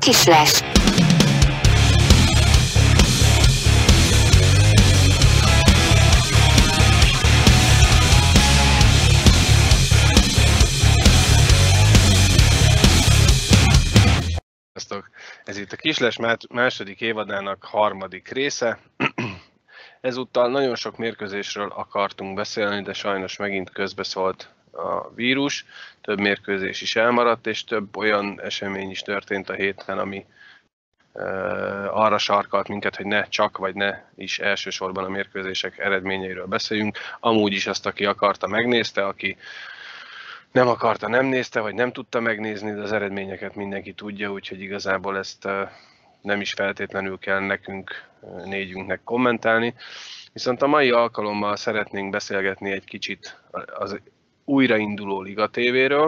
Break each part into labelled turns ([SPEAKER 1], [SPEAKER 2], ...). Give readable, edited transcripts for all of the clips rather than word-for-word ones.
[SPEAKER 1] Kislás.
[SPEAKER 2] Sziasztok! Ez itt a Kislás második évadának harmadik része. Ezúttal nagyon sok mérkőzésről akartunk beszélni, de sajnos megint közbeszólt a vírus. Több mérkőzés is elmaradt, és több olyan esemény is történt a héten, ami arra sarkalt minket, hogy ne csak vagy ne is elsősorban a mérkőzések eredményeiről beszéljünk. Amúgy is azt, aki akarta, megnézte, aki nem akarta, nem nézte, vagy nem tudta megnézni, de az eredményeket mindenki tudja, úgyhogy igazából ezt nem is feltétlenül kell nekünk, négyünknek kommentálni. Viszont a mai alkalommal szeretnénk beszélgetni egy kicsit az újrainduló Liga TV-ről.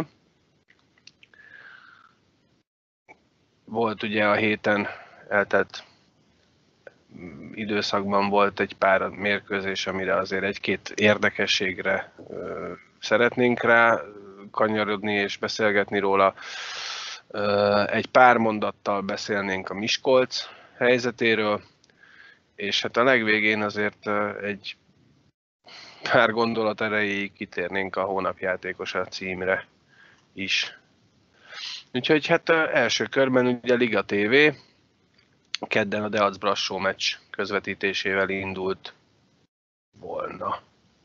[SPEAKER 2] Volt ugye a héten eltelt időszakban volt egy pár mérkőzés, amire azért egy-két érdekességre szeretnénk rá kanyarodni és beszélgetni róla. Egy pár mondattal beszélnénk a Miskolc helyzetéről, és hát a legvégén azért egy pár gondolat erejéig kitérnénk a hónapjátékosa címre is. Úgyhogy hát első körben ugye Liga TV kedden a Deac-Brassó meccs közvetítésével indult volna.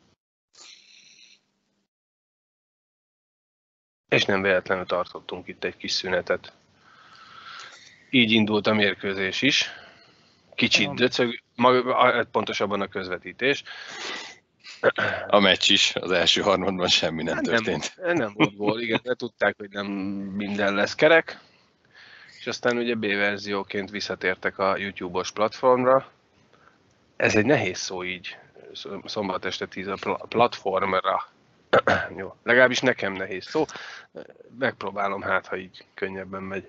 [SPEAKER 2] És nem véletlenül tartottunk itt egy kis szünetet. Így indult a mérkőzés is. Kicsit döcög, pontosabban a közvetítés.
[SPEAKER 3] A meccs is, az első harmadban semmi nem történt.
[SPEAKER 2] Nem volt gól, igen, de tudták, hogy nem minden lesz kerek. És aztán ugye B-verzióként visszatértek a YouTube-os platformra. Ez egy nehéz szó így, szombat este 10 a platformra. Jó, legalábbis nekem nehéz szó. Megpróbálom, hát ha így könnyebben megy.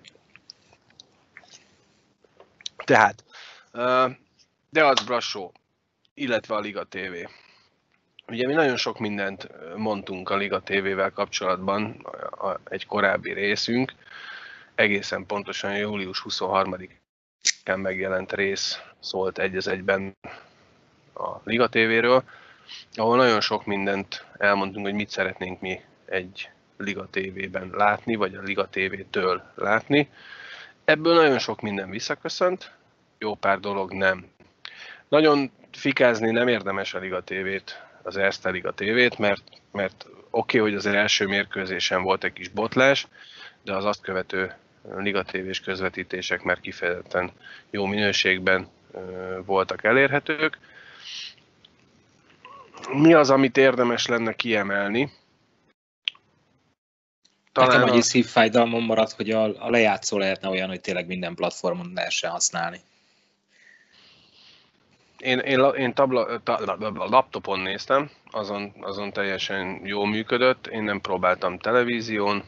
[SPEAKER 2] Tehát, Deac-Brassó, illetve a Liga TV. Ugye mi nagyon sok mindent mondtunk a Liga TV-vel kapcsolatban, egy korábbi részünk. Egészen pontosan július 23-án megjelent rész szólt egy az egyben a Liga TV-ről, ahol nagyon sok mindent elmondtunk, hogy mit szeretnénk mi egy Liga TV-ben látni, vagy a Liga TV-től látni. Ebből nagyon sok minden visszaköszönt, jó pár dolog nem. Nagyon fikázni nem érdemes a Liga TV-t, az Erste Liga TV-t, mert oké, hogy az első mérkőzésen volt egy kis botlás, de az azt követő Liga TV-s közvetítések már kifejezetten jó minőségben voltak elérhetők. Mi az, amit érdemes lenne kiemelni?
[SPEAKER 4] Nekem annyi szívfájdalmam maradt, hogy a lejátszó lehetne olyan, hogy tényleg minden platformon lehessen használni.
[SPEAKER 2] Én laptopon néztem, azon teljesen jól működött, én nem próbáltam televízión.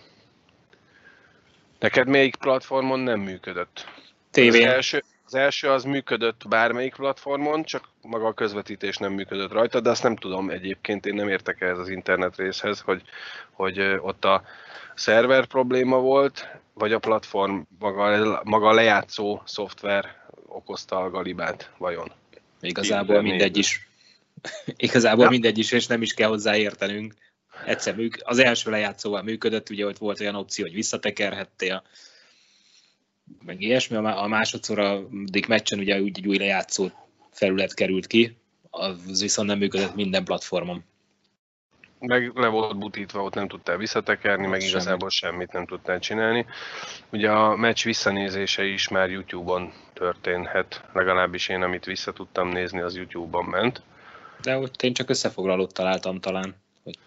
[SPEAKER 2] Neked melyik platformon nem működött?
[SPEAKER 4] TV-n.
[SPEAKER 2] Az első az működött bármelyik platformon, csak maga a közvetítés nem működött rajta, de azt nem tudom egyébként, én nem értek ehhez az internet részhez, hogy ott a szerver probléma volt, vagy a platform, maga a lejátszó szoftver okozta a galibát, vajon?
[SPEAKER 4] Igazából mindegy is. Igazából mindegy is, és nem is kell hozzá értenünk. Egyszer az első lejátszóval működött, ugye ott volt olyan opció, hogy visszatekerhettél, meg ilyesmi. A másodszorodik meccsen ugye úgy egy új lejátszó felület került ki, az viszont nem működött minden platformon.
[SPEAKER 2] Meg le volt butítva, ott nem tudtál visszatekerni, meg igazából semmit nem tudtál csinálni. Ugye a meccs visszanézése is már YouTube-on történhet, legalábbis én, amit vissza tudtam nézni, az YouTube-on ment.
[SPEAKER 4] De ott én csak összefoglalót találtam talán. Hogy...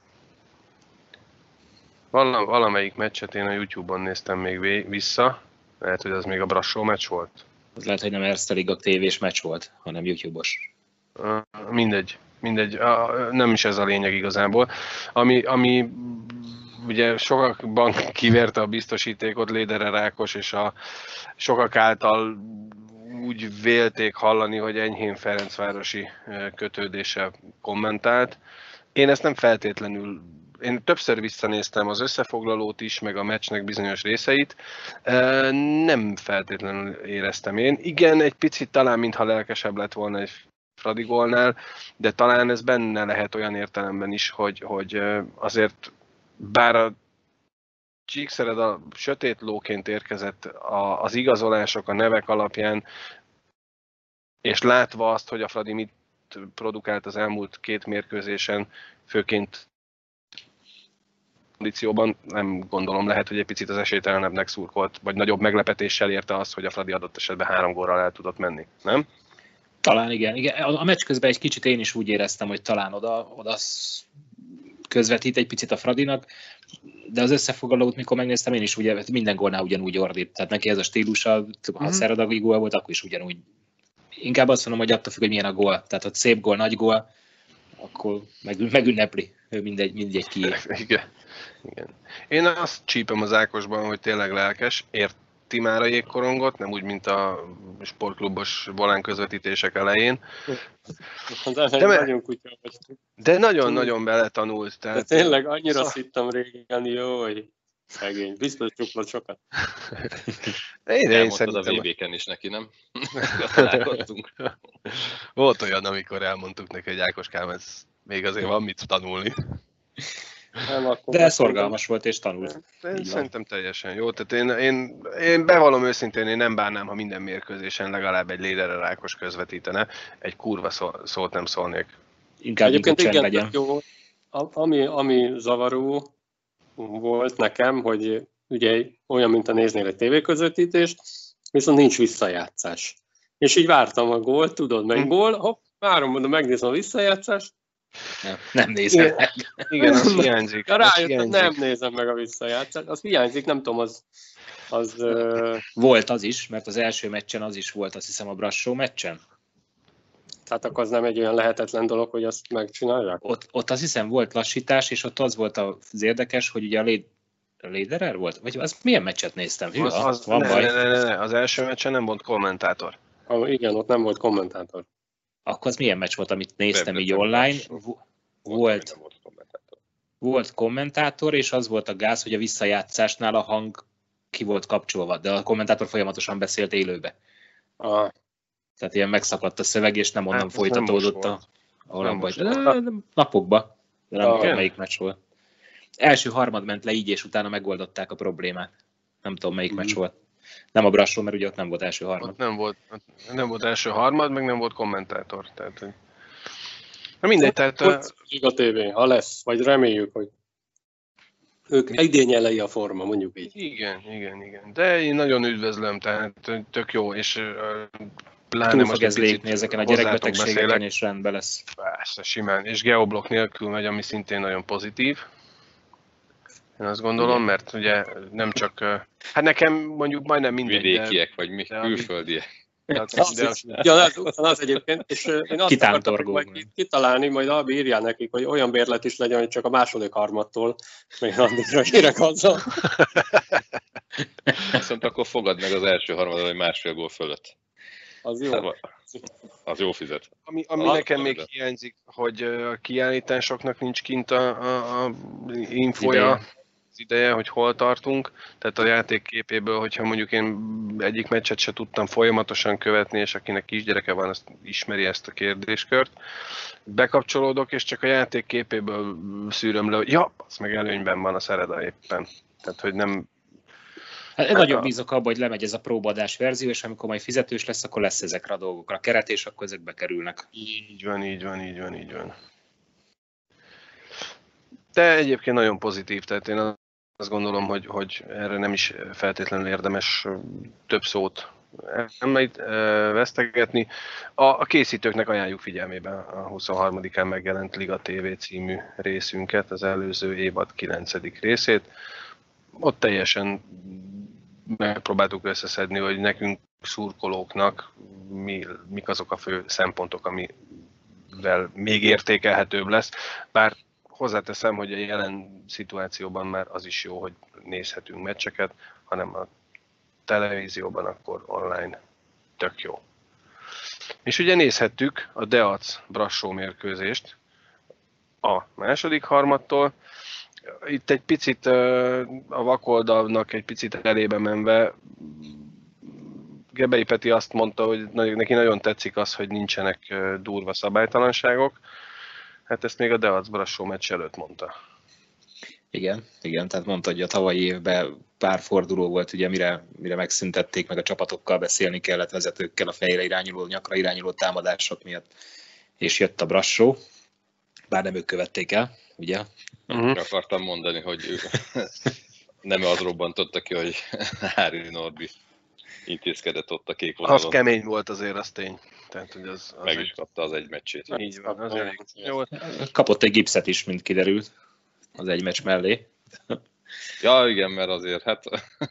[SPEAKER 2] Valamelyik meccset én a YouTube-on néztem még vissza, lehet, hogy az még a Brassó meccs volt.
[SPEAKER 4] Az lehet, hogy nem Erste Liga TV-s meccs volt, hanem YouTube-os.
[SPEAKER 2] Mindegy, nem is ez a lényeg igazából. Ami ugye sokakban kiverte a biztosítékot Lédere Rákos, és sokak által úgy vélték hallani, hogy enyhén ferencvárosi kötődéssel kommentált. Én ezt nem feltétlenül én többször visszanéztem az összefoglalót is, meg a meccsnek bizonyos részeit, nem feltétlenül éreztem én. Igen, egy picit talán mintha lelkesebb lett volna egy Fradi gólnál, de talán ez benne lehet olyan értelemben is, hogy azért bár a Csíkszered a sötét lóként érkezett az igazolások, a nevek alapján, és látva azt, hogy a Fradi mit produkált az elmúlt 2 mérkőzésen, főként kondícióban, nem gondolom, lehet, hogy egy picit az esélytelenebbnek szurkolt, vagy nagyobb meglepetéssel érte azt, hogy a Fradi adott esetben 3 gólral el tudott menni, nem?
[SPEAKER 4] Talán igen. A meccs közben egy kicsit én is úgy éreztem, hogy talán oda közvetít egy picit a Fradinak, de az összefoglalót, mikor megnéztem, én is ugye minden gólnál ugyanúgy ordít. Tehát neki ez a stílusa, ha szeradagi gól volt, akkor is ugyanúgy. Inkább azt mondom, hogy attól függ, hogy milyen a gól. Tehát, hogy szép gól, nagy gól, akkor megünnepli ő mindegy kié.
[SPEAKER 2] Igen. Én azt csípem az Ákosban, hogy tényleg lelkes, érti már a jégkorongot, nem úgy, mint a sportklubos volán közvetítések elején. De nagyon-nagyon beletanult.
[SPEAKER 1] Tehát... De tényleg annyira szittam régen, jó, hogy szegény. Biztos csuklott sokat.
[SPEAKER 3] Én szerintem... a VB-ken is neki, nem? Találkoztunk.
[SPEAKER 2] Volt olyan, amikor elmondtuk neki, hogy Ákoskám, ez még azért van mit tanulni.
[SPEAKER 4] De szorgalmas volt és tanult.
[SPEAKER 2] Szerintem teljesen jó. Tehát én bevallom őszintén, én nem bánnám, ha minden mérkőzésen legalább egy Lederer Ákos közvetítene. Egy kurva szót nem szólnék.
[SPEAKER 4] Inkább igen, legyen.
[SPEAKER 1] Jó. Ami zavaró volt nekem, hogy ugye olyan, mint a néznél egy tévéközvetítést, viszont nincs visszajátszás. És így vártam a gólt, tudod, meg gól, hopp, várom, mondom, megnézem a visszajátszást.
[SPEAKER 4] Nem nézem meg.
[SPEAKER 2] Igen, az hiányzik.
[SPEAKER 1] Rájöttem, nem nézem meg a visszajátszást. Az hiányzik, nem tudom, az
[SPEAKER 4] Volt az is, mert az első meccsen az is volt, azt hiszem a Brassó meccsen.
[SPEAKER 1] Tehát akkor az nem egy olyan lehetetlen dolog, hogy azt megcsinálják?
[SPEAKER 4] Ott azt hiszem volt lassítás, és ott az volt az érdekes, hogy ugye a Lederer volt? Vagy az milyen meccset néztem?
[SPEAKER 2] Van baj. Ne. Az első meccsen nem volt kommentátor.
[SPEAKER 1] Igen, ott nem volt kommentátor.
[SPEAKER 4] Akkor az milyen meccs volt, amit néztem így online? Volt kommentátor, és az volt a gáz, hogy a visszajátszásnál a hang ki volt kapcsolva, de a kommentátor folyamatosan beszélt élőbe. Tehát ilyen megszakadt a szöveg, és nem onnan folytatódott a napokba. De nem tudom, melyik meccs volt. Első harmad ment le így, és utána megoldották a problémát. Nem tudom, melyik meccs volt. Nem a Brassó, mert ugye ott nem volt első harmad.
[SPEAKER 2] Ott nem volt első harmad, meg nem volt kommentátor. Tehát, na mindegy, tehát...
[SPEAKER 1] A TV, ha lesz, vagy reméljük, hogy ők idényelei a forma, mondjuk így.
[SPEAKER 2] Igen. De én nagyon üdvözlöm, tehát tök jó, és
[SPEAKER 4] pláne most egy picit ezeken a gyerekbetegségeken, és rendben lesz.
[SPEAKER 2] Persze, simán. És geoblok nélkül megy, ami szintén nagyon pozitív. Én azt gondolom, mert ugye nem csak... Hát nekem mondjuk majdnem mindegy.
[SPEAKER 3] Vidékiek vagy mi? Külföldiek.
[SPEAKER 1] Az egyébként, és én azt akartam majd kitalálni, majd Albi írjál nekik, hogy olyan bérlet is legyen, hogy csak a második harmadtól, még addigra kérek azzal.
[SPEAKER 3] Viszont akkor fogad meg az első harmadon, hogy másfél gól fölött.
[SPEAKER 1] Az jó.
[SPEAKER 3] Az jó fizet.
[SPEAKER 2] Ami nekem még hiányzik, hogy a kiállításoknak nincs kint a infója, az ideje, hogy hol tartunk. Tehát a játék képéből, hogyha mondjuk én egyik meccset se tudtam folyamatosan követni, és akinek kisgyereke van, azt ismeri ezt a kérdéskört. Bekapcsolódok, és csak a játék képéből szűröm le, hogy ja, az meg előnyben van a Szereda éppen. Tehát, hogy nem...
[SPEAKER 4] Hát nagyon bízok abban, hogy lemegy ez a próbadás verzió, és amikor majd fizetős lesz, akkor lesz ezekre a dolgokra keret, és akkor ezek bekerülnek.
[SPEAKER 2] Így van. De egyébként nagyon pozitív, tehát én azt gondolom, hogy erre nem is feltétlenül érdemes több szót vesztegetni. A készítőknek ajánljuk figyelmébe a 23-án megjelent Liga TV című részünket, az előző évad 9. részét. Ott teljesen megpróbáltuk összeszedni, hogy nekünk szurkolóknak mik azok a fő szempontok, amivel még értékelhetőbb lesz. Bár hozzáteszem, hogy a jelen szituációban már az is jó, hogy nézhetünk meccseket, hanem a televízióban akkor online tök jó. És ugye nézhettük a Deac Brassó mérkőzést a második harmadtól, itt egy picit a vakoldalnak egy picit elébe menve, Gebei Peti azt mondta, hogy neki nagyon tetszik az, hogy nincsenek durva szabálytalanságok. Hát ezt még a Deac Brassó meccs előtt mondta.
[SPEAKER 4] Igen, tehát mondta, hogy a tavalyi évben pár forduló volt, ugye, mire megszüntették, meg a csapatokkal beszélni kellett, vezetőkkel a fejre irányuló, nyakra irányuló támadások miatt, és jött a Brassó, bár nem ők követték el, ugye?
[SPEAKER 3] Akartam mondani, hogy nem az robbantotta ki, hogy Hári Norbi intézkedett ott a kék vonalon.
[SPEAKER 2] Az kemény volt azért, az tény. Tehát, hogy az
[SPEAKER 3] meg is kapta az egy meccsét.
[SPEAKER 2] Így van, az elég jó.
[SPEAKER 4] Kapott egy gipszet is, mint kiderült, az egy meccs mellé.
[SPEAKER 3] Ja, igen, mert azért hát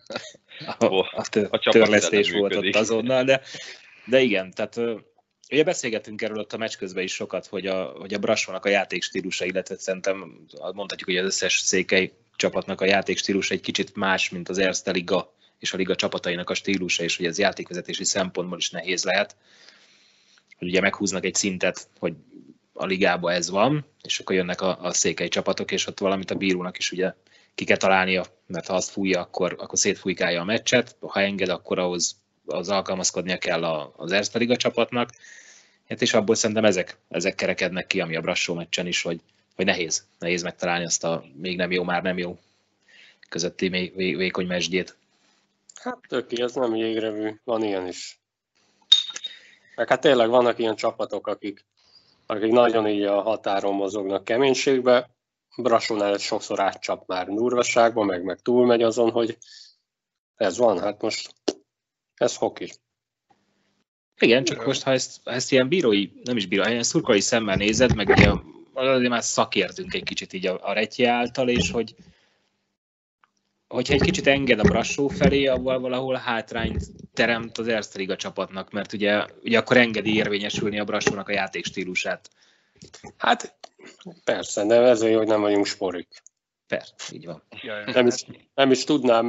[SPEAKER 4] a törlesztés volt ott azonnal, de igen, tehát ugye beszélgettünk erről ott a meccs közben is sokat, hogy a Brassónak a játékstílusa, illetve szerintem mondhatjuk, hogy az összes székely csapatnak a játékstílusa egy kicsit más, mint az Erste Liga és a liga csapatainak a stílusa, és hogy ez játékvezetési szempontból is nehéz lehet, hogy ugye meghúznak egy szintet, hogy a ligában ez van, és akkor jönnek a székely csapatok, és ott valamit a bírónak is ugye ki kell találnia, mert ha azt fújja, akkor szétfújkálja a meccset, ha enged, akkor ahhoz az alkalmazkodnia kell az Erste Liga csapatnak, hát és abból szerintem ezek kerekednek ki, ami a Brassó meccsen is, hogy nehéz megtalálni azt a még nem jó, már nem jó közötti vékony meccsgyét.
[SPEAKER 1] Hát töké, ez nem jégrevű, van ilyen is. Meg hát tényleg vannak ilyen csapatok, akik nagyon így a határon mozognak keménységbe. Brassónál sokszor átcsap már durvaságba, meg túlmegy azon, hogy ez van, hát most ez hoki.
[SPEAKER 4] Igen, csak most ha ezt ilyen bírói, nem is bírói, ilyen szurkolói szemmel nézed, meg ugye azért már szakértünk egy kicsit így a Retje által, és hogyha egy kicsit enged a Brassó felé, avval valahol hátrányt teremt az Erste Liga csapatnak, mert ugye akkor engedi érvényesülni a Brassónak a játékstílusát.
[SPEAKER 1] Hát persze, de ezért, hogy nem vagyunk sporik.
[SPEAKER 4] Persze, így van.
[SPEAKER 1] Nem is tudnám,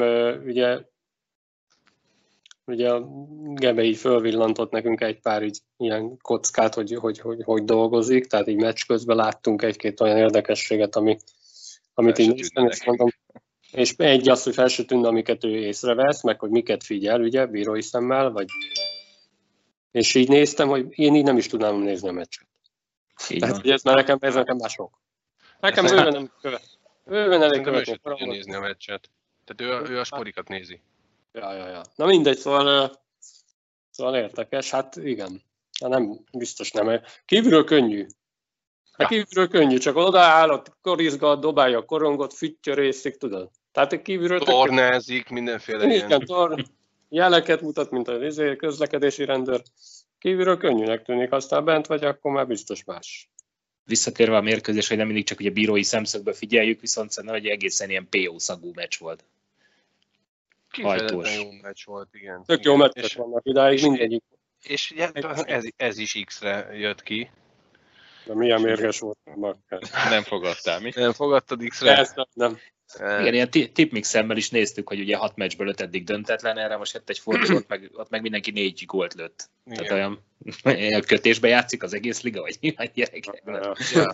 [SPEAKER 1] ugye a Gebe így fölvillantott nekünk egy pár így ilyen kockát, hogy dolgozik, tehát így meccs közben láttunk egy-két olyan érdekességet, amit én néztem, és mondom, és egy az, hogy fel se tűnne, amiket ő észrevesz, meg hogy miket figyel, ugye, bírói szemmel, és így néztem, hogy én így nem is tudnám nézni a meccset. Tehát, hogy ez nekem már sok. Nekem bőven elég követni.
[SPEAKER 2] Nem is nézni a meccset. Tehát ő a sporikat nézi.
[SPEAKER 1] Ja. Na mindegy, szóval érdekes, hát igen. Nem, biztos nem. Kívülről könnyű. Hát kívülről könnyű, csak odaáll, korizgat, dobálja a korongot, füttyrészik, tudod? Tehát kívülről...
[SPEAKER 2] Tornázik, mindenféle ilyen.
[SPEAKER 1] Igen, jeleket mutat, mint a közlekedési rendőr. Kívülről könnyűnek tűnik, aztán bent vagy, akkor már biztos más.
[SPEAKER 4] Visszatérve a mérkőzés, hogy nem mindig csak ugye bírói szemszögből figyeljük, viszont szerintem egy egészen ilyen PO szagú meccs volt.
[SPEAKER 2] Kifejezetten jó meccs volt, igen.
[SPEAKER 1] Tök jó meccsek vannak idáig, mindegyik.
[SPEAKER 2] És ugye, ez is X-re jött ki.
[SPEAKER 1] De milyen mérges volt.
[SPEAKER 3] Nem fogadtál, mi?
[SPEAKER 2] Nem fogadtad X-re?
[SPEAKER 1] Nem.
[SPEAKER 4] Igen, ilyen tipmixemmel is néztük, hogy ugye 6 meccsből 5 eddig döntetlen, erre most jött egy forduló, ott meg mindenki 4 gólt lőtt. Igen. Tehát olyan kötésbe játszik az egész liga, vagy mi a gyerekek?
[SPEAKER 3] Ja.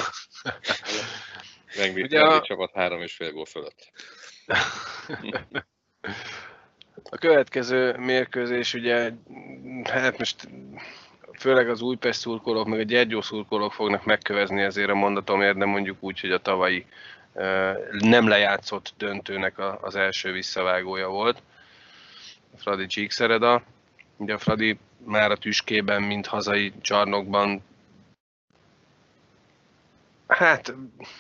[SPEAKER 3] Megvédett csapat 3,5 gól fölött.
[SPEAKER 2] A következő mérkőzés ugye, hát most főleg az Újpest szurkolók, meg a Gyergyó szurkolók fognak megkövezni ezért a mondatomért, de mondjuk úgy, hogy a tavalyi nem lejátszott döntőnek az első visszavágója volt. A Fradi Csíkszereda. Ugye a Fradi már a tüskében, mint hazai csarnokban, hát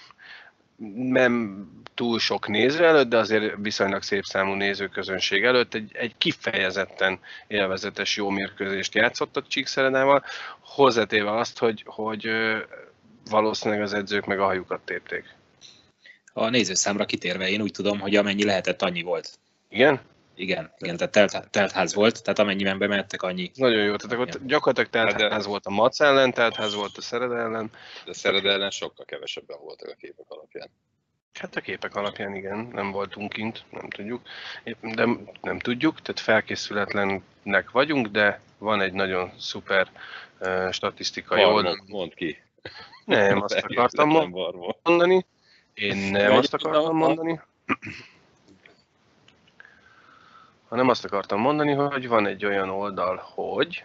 [SPEAKER 2] nem túl sok néző előtt, de azért viszonylag szép számú nézőközönség előtt egy kifejezetten élvezetes jó mérkőzést játszott a Csíkszeredával, hozzátéve azt, hogy valószínűleg az edzők meg a hajukat tépték.
[SPEAKER 4] A nézőszámra kitérve én úgy tudom, hogy amennyi lehetett, annyi volt.
[SPEAKER 2] Igen?
[SPEAKER 4] Igen, tehát teltház volt, tehát amennyiben bementek, annyi.
[SPEAKER 2] Nagyon jó, tehát ott gyakorlatilag teltház volt a Mac ellen, teltház volt a Szereda ellen.
[SPEAKER 3] De Szereda ellen sokkal kevesebben voltak a képek alapján.
[SPEAKER 2] Hát a képek alapján igen, nem voltunk kint, nem tudjuk. De nem tudjuk, tehát felkészületlenek vagyunk, de van egy nagyon szuper statisztikai oldal.
[SPEAKER 3] Mondd ki.
[SPEAKER 2] Nem, azt akartam mondani. Én nem azt akartam mondani, hanem azt akartam mondani, hogy van egy olyan oldal, hogy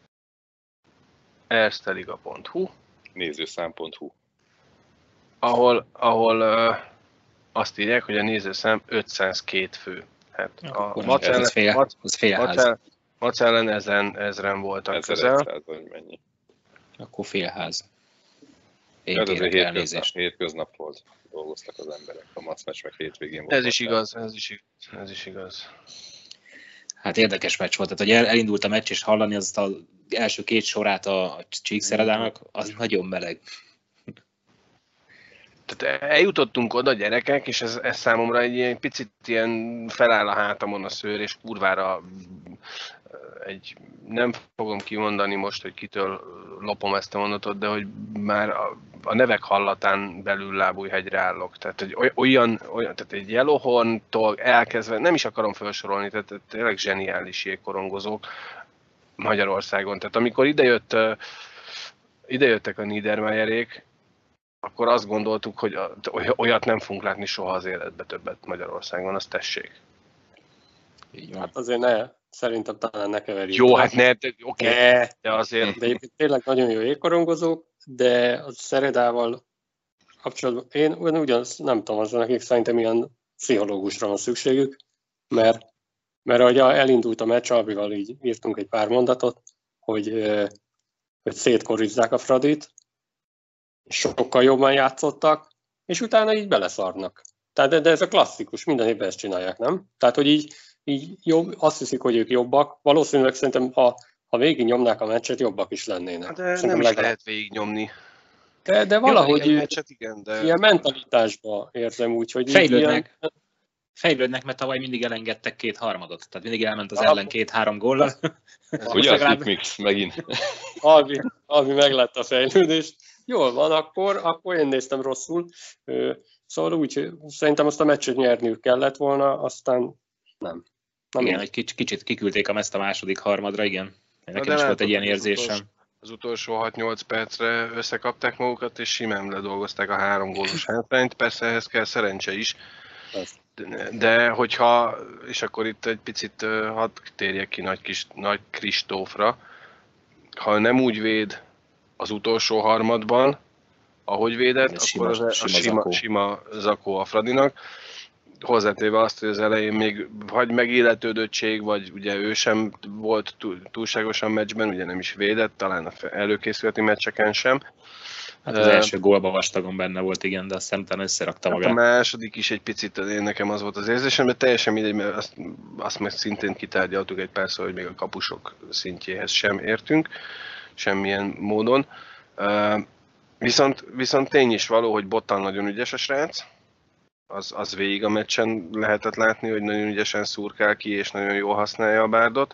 [SPEAKER 2] ersteliga.hu,
[SPEAKER 3] Nézőszám.hu,
[SPEAKER 2] ahol azt írják, hogy a nézőszám 502 fő. Hát a Mac ellen ezren voltak közel.
[SPEAKER 3] 1100, vagy mennyi.
[SPEAKER 4] Akkor félház.
[SPEAKER 3] Én kérek elnézést. Hétköznap volt, dolgoztak az emberek, a Mac-meccs meg hétvégén volt.
[SPEAKER 2] Ez is igaz.
[SPEAKER 4] Hát érdekes meccs volt, tehát hogy elindult a meccs, és hallani azt az első két sorát a Csíkszeredának, az nagyon meleg.
[SPEAKER 2] Tehát eljutottunk oda, gyerekek, és ez számomra egy picit ilyen feláll a hátamon a szőr, és kurvára nem fogom kimondani most, hogy kitől lopom ezt a mondatot, de hogy már a nevek hallatán belül Lábújhegyre állok. Tehát tehát egy Yellowhorntól elkezdve, nem is akarom felsorolni, tehát tényleg zseniális jégkorongozók Magyarországon. Tehát amikor idejöttek a Niedermayerék, akkor azt gondoltuk, hogy olyat nem fogunk látni soha az életbe többet Magyarországon, azt tessék.
[SPEAKER 1] Így van. Hát azért szerintem talán ne keverjük.
[SPEAKER 2] Jó, hát ne, oké, de azért...
[SPEAKER 1] De egyébként tényleg nagyon jó jégkorongozók, de a Szeredával kapcsolatban én ugyanaz, nem tudom, azon nekik szerintem ilyen pszichológusra van szükségük, mert ahogy elindult a meccs, Albival így írtunk egy pár mondatot, hogy szétkorizzák a Fradit, sokkal jobban játszottak, és utána így beleszarnak. Tehát, de ez a klasszikus, minden évben ezt csinálják, nem? Tehát, hogy így jobb, azt hiszik, hogy ők jobbak. Valószínűleg szerintem, ha végignyomnák a meccset, jobbak is lennének.
[SPEAKER 2] De nem is lehet végignyomni.
[SPEAKER 1] De valahogy
[SPEAKER 2] meccset, igen, de...
[SPEAKER 1] ilyen mentalitásba érzem úgy, hogy
[SPEAKER 4] Fejlődnek, mert tavaly mindig elengedtek 2/3. Tehát mindig elment az ellen 2-3 góllal.
[SPEAKER 3] Ugye a Tipmix megint?
[SPEAKER 1] Albi meglátta a fejlődést. Jól van, akkor én néztem rosszul. Szóval úgy, szerintem azt a meccset nyerniük kellett volna, aztán nem.
[SPEAKER 4] Igen, egy kicsit kiküldték ezt a második harmadra, igen. Nekem is volt egy ilyen érzésem.
[SPEAKER 2] Az utolsó 6-8 percre összekapták magukat, és simán ledolgozták a 3 gólos hátrányt. Persze ehhez kell szerencse is. De hogyha, és akkor itt egy picit hadd térjek ki Nagy Kristófra, ha nem úgy véd az utolsó harmadban, ahogy védett, akkor a sima zakó a Fradinak. Hozzátéve azt, hogy az elején még vagy megilletődöttség, vagy ugye ő sem volt túlságosan meccsben, ugye nem is védett, talán a előkészületi meccseken sem.
[SPEAKER 4] Hát az első gólban vastagon benne volt, igen, de azt szemtelen összerakta magát.
[SPEAKER 2] A második is egy picit, nekem az volt az érzésem, de teljesen mindegy, mert azt meg szintén kitárgyaltuk egy párszor, hogy még a kapusok szintjéhez sem értünk, semmilyen módon. Viszont tény is való, hogy Bottal nagyon ügyes a srác, az végig a meccsen lehetett látni, hogy nagyon ügyesen szurkál ki, és nagyon jól használja a bárdot.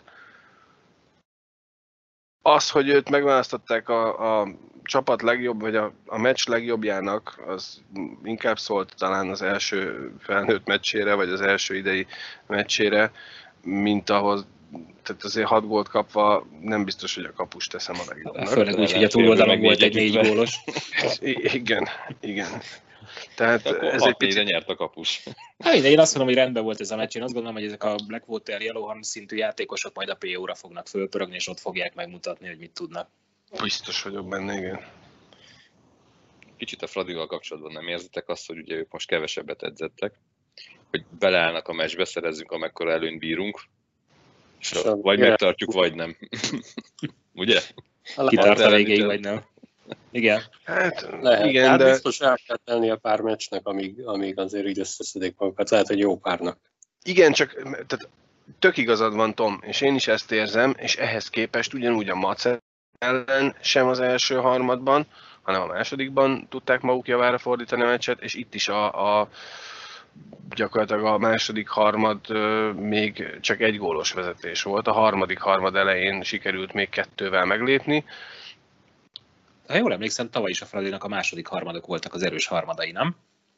[SPEAKER 2] Az, hogy őt megválasztották a csapat legjobb, vagy a meccs legjobbjának, az inkább szólt talán az első felnőtt meccsére, vagy az első idei meccsére, mint ahhoz, tehát azért 6 gólt kapva nem biztos, hogy a kapust teszem a legjobbnak.
[SPEAKER 4] Főleg úgy, hogy a túloldalon volt egy 4 gólos.
[SPEAKER 2] Igen. Tehát ez egy picit...
[SPEAKER 3] nyert a kapus.
[SPEAKER 4] Hát én azt mondom, hogy rendben volt ez a meccs. Én azt gondolom, hogy ezek a Blackwater, Yellowhorn szintű játékosok majd a PO-ra fognak fölpörögni, és ott fogják megmutatni, hogy mit tudnak.
[SPEAKER 2] Biztos vagyok benne, igen.
[SPEAKER 3] Kicsit a Fradival kapcsolatban nem érzitek azt, hogy ugye ők most kevesebbet edzettek, hogy beleállnak a meccsbe, szerezzünk, amekkora előnyt bírunk, és vagy megtartjuk, vagy nem. Ugye?
[SPEAKER 4] Kitart a végéig, vagy nem. Igen.
[SPEAKER 1] Hát lehet. Igen, hát de... biztos el kell tenni a pár meccsnek, amíg azért így összeszedik magukat. Lehet, hogy jó párnak.
[SPEAKER 2] Igen, csak tehát, tök igazad van, Tom, és én is ezt érzem, és ehhez képest ugyanúgy a Mac ellen sem az első harmadban, hanem a másodikban tudták maguk javára fordítani a meccset, és itt is gyakorlatilag a második harmad még csak 1 gólos vezetés volt. A harmadik harmad elején sikerült még 2-vel meglépni.
[SPEAKER 4] Ha jól emlékszem, tavaly is a Fradinak a második harmadok voltak az erős harmadai, nem?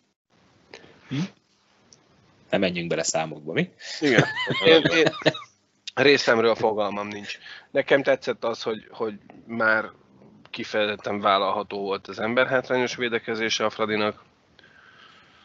[SPEAKER 4] Nem menjünk bele számokba, mi?
[SPEAKER 2] Igen. Én részemről fogalmam nincs. Nekem tetszett az, hogy már kifejezetten vállalható volt az emberhátrányos védekezése a Fradinak.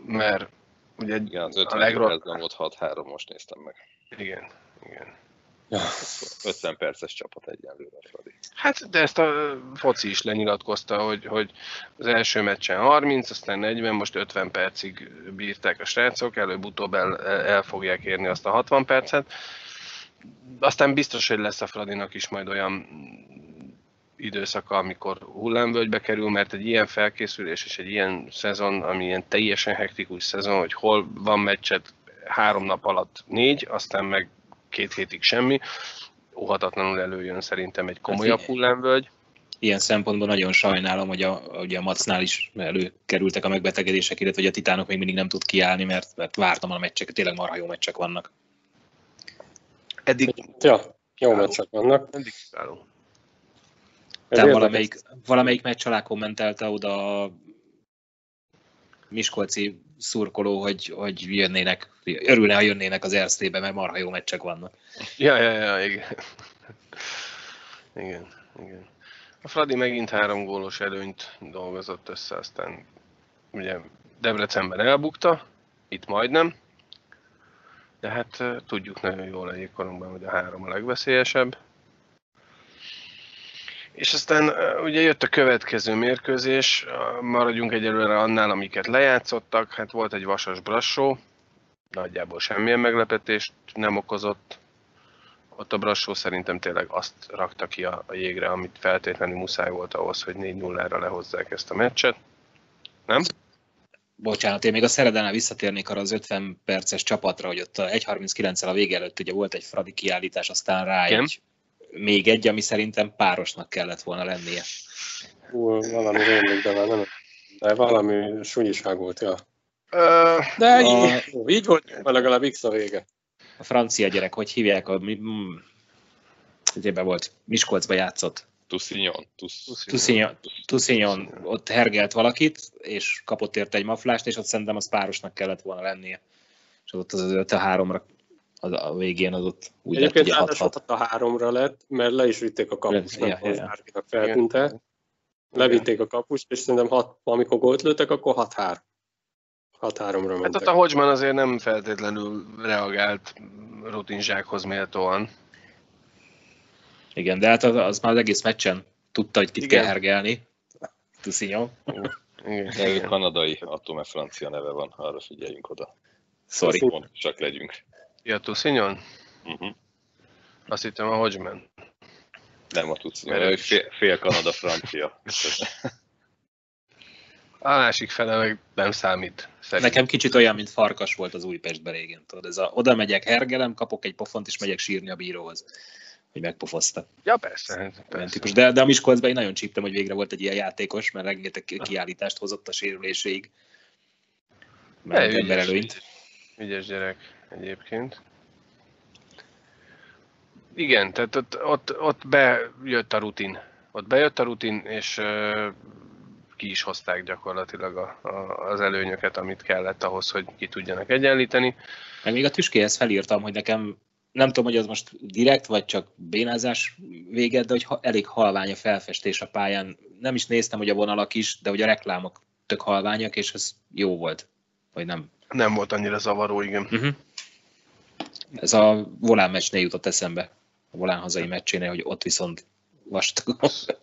[SPEAKER 2] mert ugye
[SPEAKER 3] igen, az 50 percben volt 6-3, most néztem meg.
[SPEAKER 2] Igen.
[SPEAKER 1] Ja.
[SPEAKER 3] 50 perces csapat egyenlőre, Fradi.
[SPEAKER 2] Hát, de ezt a foci is lenyilatkozta, hogy az első meccsen 30, aztán 40, most 50 percig bírták a srácok, előbb-utóbb el fogják érni azt a 60 percet. Aztán biztos, hogy lesz a Fradinak is majd olyan időszaka, amikor hullámvölgybe kerül, mert egy ilyen felkészülés és egy ilyen szezon, ami ilyen teljesen hektikus szezon, hogy hol van meccset 3 nap alatt 4, aztán meg 2 hétig semmi, óhatatlanul előjön szerintem egy komolyabb hullámvölgy.
[SPEAKER 4] Ilyen szempontból nagyon sajnálom, hogy ugye a Macnál is előkerültek a megbetegedések, illetve hogy a Titánok még mindig nem tud kiállni, mert vártam a meccseket, tényleg marha jó meccsek vannak.
[SPEAKER 2] Eddig
[SPEAKER 1] jó meccsek vannak.
[SPEAKER 2] Eddig kiváló.
[SPEAKER 4] Te valamelyik meccs alá kommentelte oda a miskolci szurkoló, hogy jönnének, örülne, ha jönnének az Erztébe, mert marha jó meccsek vannak.
[SPEAKER 2] Ja, igen. A Fradi megint 3 gólos előnyt dolgozott össze, aztán ugye Debrecenben elbukta, itt majdnem, de hát tudjuk nagyon jól a jégkorongban, hogy a 3 a legveszélyesebb. És aztán ugye jött a következő mérkőzés, maradjunk egyelőre annál, amiket lejátszottak, hát volt egy Vasas Brassó, nagyjából semmilyen meglepetést nem okozott. Ott a Brassó szerintem tényleg azt rakta ki a jégre, amit feltétlenül muszáj volt ahhoz, hogy 4-0-ra lehozzák ezt a meccset. Nem?
[SPEAKER 4] Bocsánat, én még a Szeredánál visszatérnék arra az 50 perces csapatra, hogy ott a 1.39-el a vége előtt ugye volt egy Fradi kiállítás, aztán rá még egy, ami szerintem párosnak kellett volna lennie.
[SPEAKER 1] Valami rémlik, de valami sunyiság volt, ja. De így volt, legalább X a vége.
[SPEAKER 4] A francia gyerek, hogy hívják? Ugye volt, Miskolcba játszott. Toussignon ott hergelt valakit, és kapott érte egy maflást, és ott szerintem az párosnak kellett volna lennie. És ott az 5-3-ra a végén az ott úgy lett, ugye 6-6.
[SPEAKER 1] A 3-ra lett, mert le is vitték a kapust, nem Zárkinak feltűnte. Levitték a kapust, és szerintem amikor gólt lőttek, akkor 6-3. 6-3-ra mentek.
[SPEAKER 2] Hát ott a Hodgman azért nem feltétlenül reagált rutinzsákhoz méltóan.
[SPEAKER 4] Igen, de hát az már az egész meccsen tudta, hogy kit kell hergelni. Toussignon.
[SPEAKER 3] Igen. Kanadai, attól mert francia neve van, arra figyeljünk oda.
[SPEAKER 4] Sorry.
[SPEAKER 3] Csak legyünk.
[SPEAKER 2] Ja, Toussignon? Azt hittem a Hodgman.
[SPEAKER 3] Nem a Toussignon, fél Kanada francia.
[SPEAKER 2] A másik fele meg nem számít. Szerintem.
[SPEAKER 4] Nekem kicsit olyan, mint Farkas volt az Újpestben régen. Tudod, ez oda megyek, hergelem, kapok egy pofont, és megyek sírni a bíróhoz, hogy megpofozta.
[SPEAKER 2] Ja, persze.
[SPEAKER 4] De a Miskolcban én nagyon csíptem, hogy végre volt egy ilyen játékos, mert rengeteg kiállítást hozott a sérüléséig. Mert ember előnyt.
[SPEAKER 2] Ügyes gyerek egyébként. Igen, tehát ott bejött a rutin, és ki is hozták gyakorlatilag az előnyöket, amit kellett ahhoz, hogy ki tudjanak egyenlíteni.
[SPEAKER 4] Meg még a tüskéhez felírtam, hogy nekem, nem tudom, hogy az most direkt, vagy csak bénázás véget, de hogy elég halvány a felfestés a pályán. Nem is néztem, hogy a vonalak is, de hogy a reklámok tök halványak, és ez jó volt. Vagy nem? Nem
[SPEAKER 2] volt annyira zavaró, igen.
[SPEAKER 4] Ez a Volán meccsnél jutott eszembe. A Volán hazai meccsénél, hogy ott viszont vastag.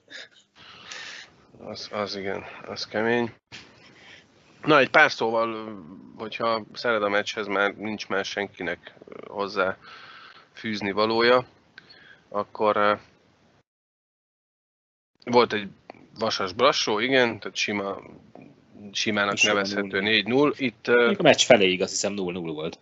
[SPEAKER 2] Az igen, az kemény. Na, egy pár szóval, hogyha Szereda meccshez már nincs már senkinek hozzá fűzni valója, akkor volt egy Vasas Brassó, igen, tehát simának nevezhető 4-0. Itt
[SPEAKER 4] a meccs feléig azt hiszem 0-0 volt.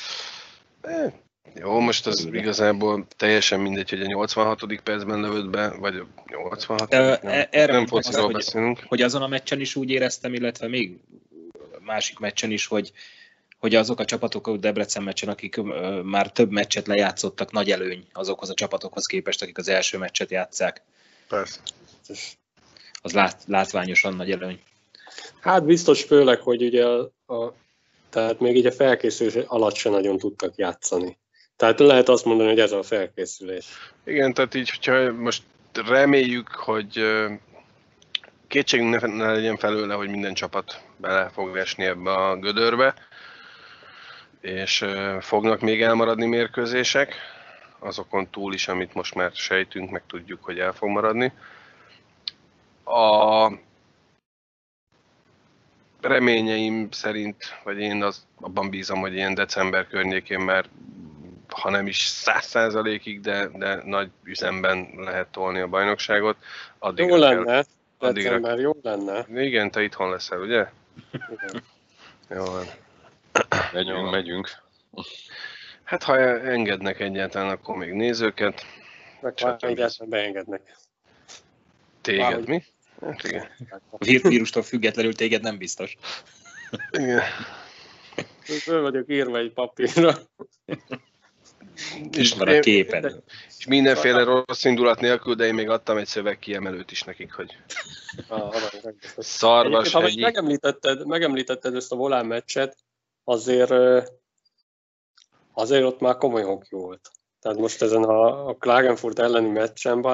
[SPEAKER 2] Jó, most az igazából teljesen mindegy, hogy a 86. percben lövött be, vagy a 86. Nem fociról beszélünk.
[SPEAKER 4] Hogy azon a meccsen is úgy éreztem, illetve még másik meccsen is, hogy azok a csapatok a Debrecen meccsen, akik már több meccset lejátszottak, nagy előny azokhoz a csapatokhoz képest, akik az első meccset játsszák.
[SPEAKER 2] Persze.
[SPEAKER 4] Az látványosan nagy előny.
[SPEAKER 1] Hát biztos főleg, hogy ugye tehát még így a felkészülés alatt sem nagyon tudtak játszani. Tehát lehet azt mondani, hogy ez a felkészülés.
[SPEAKER 2] Igen, tehát így, hogyha most reméljük, hogy kétségünk ne legyen felőle, hogy minden csapat bele fog esni ebbe a gödörbe, és fognak még elmaradni mérkőzések, azokon túl is, amit most már sejtünk, meg tudjuk, hogy el fog maradni. A reményeim szerint, vagy én abban bízom, hogy ilyen december környékén már, ha nem is 100%-ig, de nagy üzemben lehet tolni a bajnokságot.
[SPEAKER 1] Jó lenne, december jó lenne.
[SPEAKER 2] Igen, te itthon leszel, ugye?
[SPEAKER 1] Igen.
[SPEAKER 2] Jó van.
[SPEAKER 3] Megyünk.
[SPEAKER 2] Hát ha engednek egyáltalán, akkor még nézőket.
[SPEAKER 1] Meg már egyáltalán beengednek.
[SPEAKER 2] Téged mi? Hát igen.
[SPEAKER 4] A vírustól függetlenül téged nem biztos.
[SPEAKER 2] Igen.
[SPEAKER 1] Föl vagyok írva egy papírra.
[SPEAKER 4] Ismer a képed.
[SPEAKER 2] És mindenféle rossz indulat nélkül, de én még adtam egy szövegkiemelőt is nekik, hogy szarvas
[SPEAKER 1] hegyi. Megemlítetted ezt a Volán meccset, azért ott már komoly hoki volt. Tehát most ezen a Klagenfurt elleni meccsen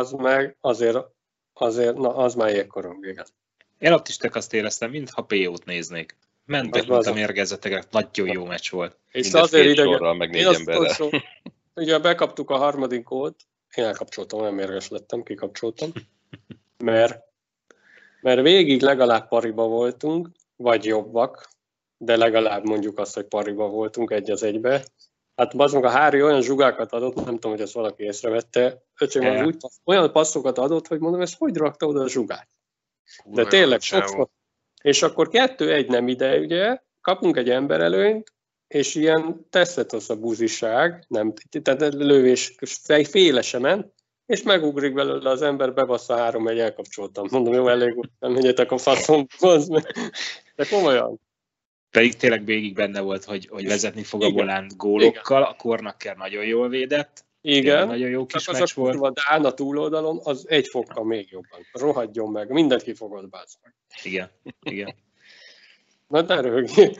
[SPEAKER 1] azért az már jégkorong, igen.
[SPEAKER 4] Én ott is azt éreztem, mintha PO-t néznék. Mentek, mint a mérgezetek, nagyon jó meccs volt.
[SPEAKER 3] És azért idegen. Meg 4 emberrel.
[SPEAKER 1] Ugye bekaptuk a harmadik gólt, én elkapcsoltam, olyan mérges lettem, kikapcsoltam, mert végig legalább pariba voltunk, vagy jobbak, de legalább mondjuk azt, hogy pariba voltunk 1-1. Hát bazd a Hári olyan zsugákat adott, nem tudom, hogy ezt valaki észrevette, öcsém úgy olyan passzokat adott, hogy mondom, ezt hogy rakta oda a zsugát? De tényleg sokszor. És akkor 2-1 nem ide, ugye, kapunk egy emberelőnyt, és ilyen teszetosz a buziság, nem, tehát lövés féle sem ment, és megugrik belőle az ember, bebassza 3-1, elkapcsoltam. Mondom, jó, elég volt, nem menjetek a faszom, de komolyan.
[SPEAKER 4] Pedig tényleg végig benne volt, hogy vezetni fog a Volán gólokkal, a Kornakker nagyon jól védett.
[SPEAKER 1] Igen,
[SPEAKER 4] nagyon jó kis
[SPEAKER 1] csak
[SPEAKER 4] meccs volt.
[SPEAKER 1] A Dán a túloldalon, az egy fokkal még jobban. Rohadjon meg, mindent kifogod, bázd meg.
[SPEAKER 4] Igen.
[SPEAKER 1] Na, ne röhögjél.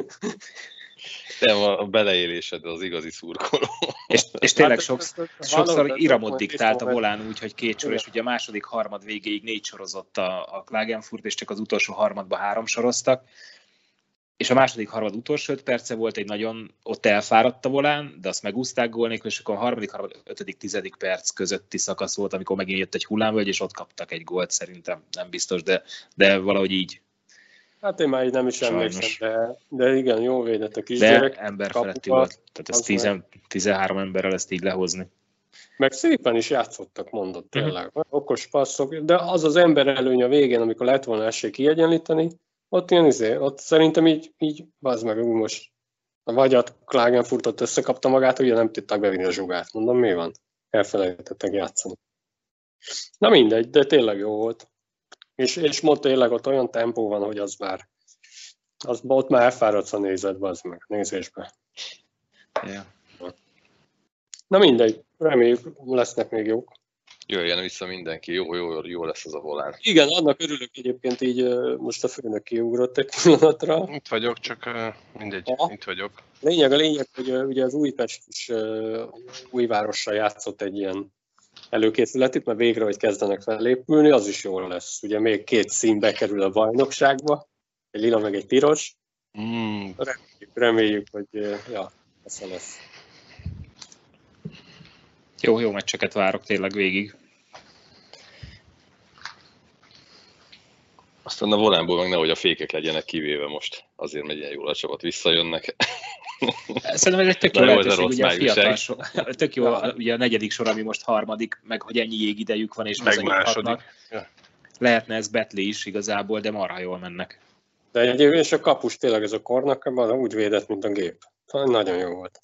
[SPEAKER 3] Te a beleélésed az igazi szurkoló.
[SPEAKER 4] És tényleg sokszor Iramot diktált a Volán úgy, hogy 2 sor, és ugye a második harmad végéig 4 sorozott a Klagenfurt, és csak az utolsó harmadban 3 soroztak. És a második harmad utolsó 5 perce volt, egy nagyon ott elfáradt a Volán, de azt megúszták gól nélkül, és akkor a harmadik harmad 5.-10. perc közötti szakasz volt, amikor megint jött egy hullámvölgy, és ott kaptak egy gólt, szerintem nem biztos, de valahogy így.
[SPEAKER 1] Hát én már így nem is emlékszem, de igen, jól védett a
[SPEAKER 4] kisgyerek. De emberfeletti volt, tehát ez 13 emberrel ezt így lehozni.
[SPEAKER 1] Meg szépen is játszottak, mondott tényleg. Okos passzok, de az az ember előny a végén, amikor lett volna esély kiegyenlíteni, ott ilyen ott szerintem így bazd meg, most vagy a Klagenfurtot összekapta magát, ugye nem tudták bevinni a zsugát. Mondom, mi van? Elfelejtettek játszani. Na mindegy, de tényleg jó volt. És most tényleg ott olyan tempó van, hogy ott már elfáradsz a nézésbe.
[SPEAKER 4] Yeah.
[SPEAKER 1] Na mindegy, reméljük lesznek még jók.
[SPEAKER 3] Jöjjön vissza mindenki, jó lesz az a Volán.
[SPEAKER 1] Igen, annak örülök egyébként, így most a főnök kiugrott egy pillanatra.
[SPEAKER 2] Itt vagyok, csak mindegy, itt vagyok.
[SPEAKER 1] A lényeg, hogy ugye az Újpest is Újvárossal játszott egy ilyen előkészületét, mert végre, hogy kezdenek felépülni, az is jól lesz. Ugye még 2 szín bekerül a bajnokságba, egy lila meg egy piros. Reméljük, hogy ez lesz.
[SPEAKER 4] Jó meccseket várok tényleg végig.
[SPEAKER 3] Aztán a Volánból meg nehogy a fékek legyenek kivéve most. Azért megy ilyen jól a csapat, visszajönnek.
[SPEAKER 4] Szerintem ez egy tök jó lehetőség, ugye a fiatal tök jó, ugye a 4. sor, ami most 3., meg hogy ennyi jégidejük van, és
[SPEAKER 2] megmásodnak.
[SPEAKER 4] Lehetne ez betli is igazából, de marha jól mennek.
[SPEAKER 1] De egyébként és a kapus tényleg ez a Kornakker úgy védett, mint a gép. Nagyon jó volt.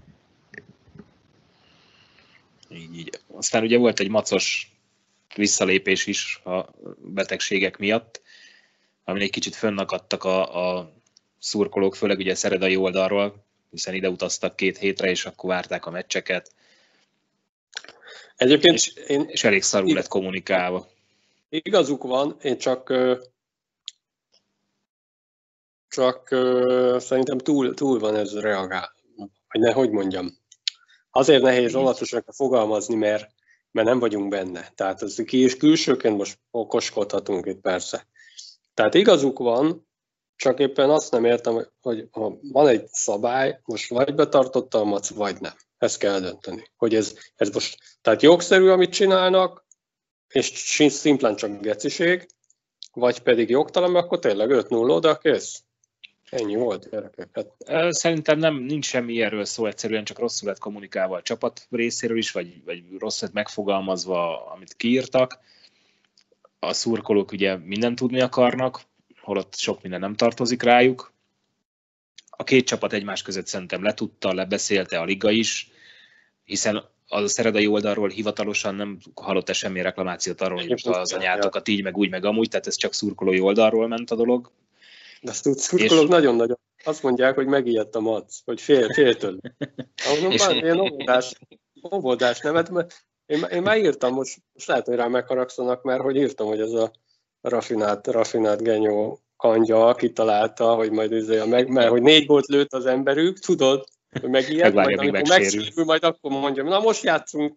[SPEAKER 4] Így. Aztán ugye volt egy macos visszalépés is a betegségek miatt, amin egy kicsit fönnakadtak a szurkolók, főleg ugye szeredai oldalról, hiszen ide utaztak 2 hétre, és akkor várták a meccseket.
[SPEAKER 1] Egyébként
[SPEAKER 4] és elég szarul lett kommunikálva.
[SPEAKER 1] Igazuk van, én csak szerintem túl van ez reagál. Vagy hogy mondjam. Azért nehéz óvatosan fogalmazni, mert nem vagyunk benne. Tehát külsőként most okoskodhatunk itt persze. Tehát igazuk van, csak éppen azt nem értem, hogy ha van egy szabály, most vagy betartotta a Mac, vagy nem. Ezt kell dönteni. Hogy ez most, tehát jogszerű, amit csinálnak, és szimplán csak geciség, vagy pedig jogtalan, akkor tényleg 5-0 oda, kész. Ennyi volt, gyerekek. Hát.
[SPEAKER 4] Szerintem nincs semmi ilyenről szó, egyszerűen csak rosszul lett kommunikálva a csapat részéről is, vagy rossz lett megfogalmazva, amit kiírtak. A szurkolók ugye mindent tudni akarnak, holott sok minden nem tartozik rájuk. A két csapat egymás között szerintem letudta, lebeszélte a liga is, hiszen az a szeredai oldalról hivatalosan nem hallott semmi reklamációt arról, hogy most az anyátokat így, meg úgy, meg amúgy, tehát ez csak szurkolói oldalról ment a dolog.
[SPEAKER 1] De azt úgy szurkolók nagyon-nagyon azt mondják, hogy megijedt a Mac, hogy fél tőle. Ilyen óvodás nevet, mert én már írtam, most lehet, hogy rá megharagszanak, mert hogy írtam, hogy ez a rafinált genyó kangya kitalálta, hogy majd mert hogy 4 gólt lőtt az emberük, tudod, hogy megijed, majd amikor megsérül, majd akkor mondjam, na most játszunk.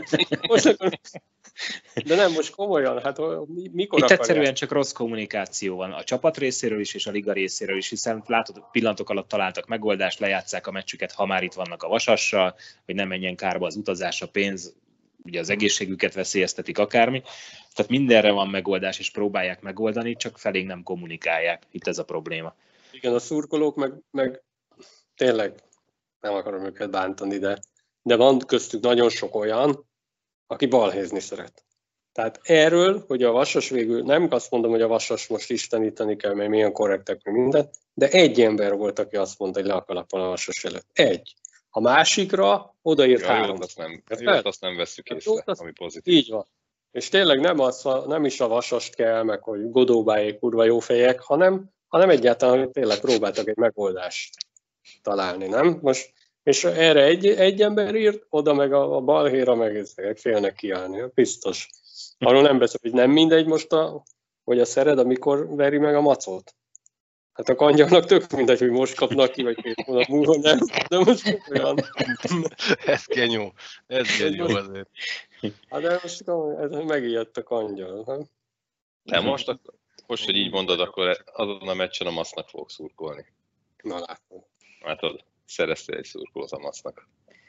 [SPEAKER 1] De nem, most komolyan, hát mikor
[SPEAKER 4] itt egyszerűen csak rossz kommunikáció van a csapat részéről is, és a liga részéről is, hiszen látod, pillanatok alatt találtak megoldást, lejátsszák a meccsüket, ha már itt vannak a Vasassal, hogy nem menjen kárba az utazás, a pénz, ugye az egészségüket veszélyeztetik akármi. Tehát mindenre van megoldás, és próbálják megoldani, csak felénk nem kommunikálják. Itt ez a probléma.
[SPEAKER 1] Igen, a szurkolók meg tényleg nem akarom őket bántani, de van köztük nagyon sok olyan, aki balhézni szeret. Tehát erről, hogy a Vasas végül, nem azt mondom, hogy a Vasas most isteníteni kell, mert milyen korrektek, meg mindent, de egy ember volt, aki azt mondta, hogy le a kalappal a Vasas előtt. Egy. A másikra odaírt 3.
[SPEAKER 3] Azt nem vesszük észre, ami pozitív.
[SPEAKER 1] Így van. És tényleg nem is a Vasast kell, meg hogy Godóbáék kurva jó fejek, hanem egyáltalán, hogy tényleg próbáltak egy megoldást találni, nem? Most, és erre egy ember írt, oda meg a balhéra meg félnek kiállni, biztos. Arról nem beszél, hogy nem mindegy most, hogy a Szered, amikor veri meg a Macot. Hát a kangyalnak tök mindegy, hogy most kapnak ki, vagy 2 hónap múlva, nem? De most olyan.
[SPEAKER 2] Ez genyó azért.
[SPEAKER 1] Hát de most ez megijedt a kangyal, nem?
[SPEAKER 3] Nem, most, hogy így mondod, akkor azon a meccsen a Macnak fogok szurkolni.
[SPEAKER 1] Na látom.
[SPEAKER 3] Látod, szereztél egy szurkolót a Macnak.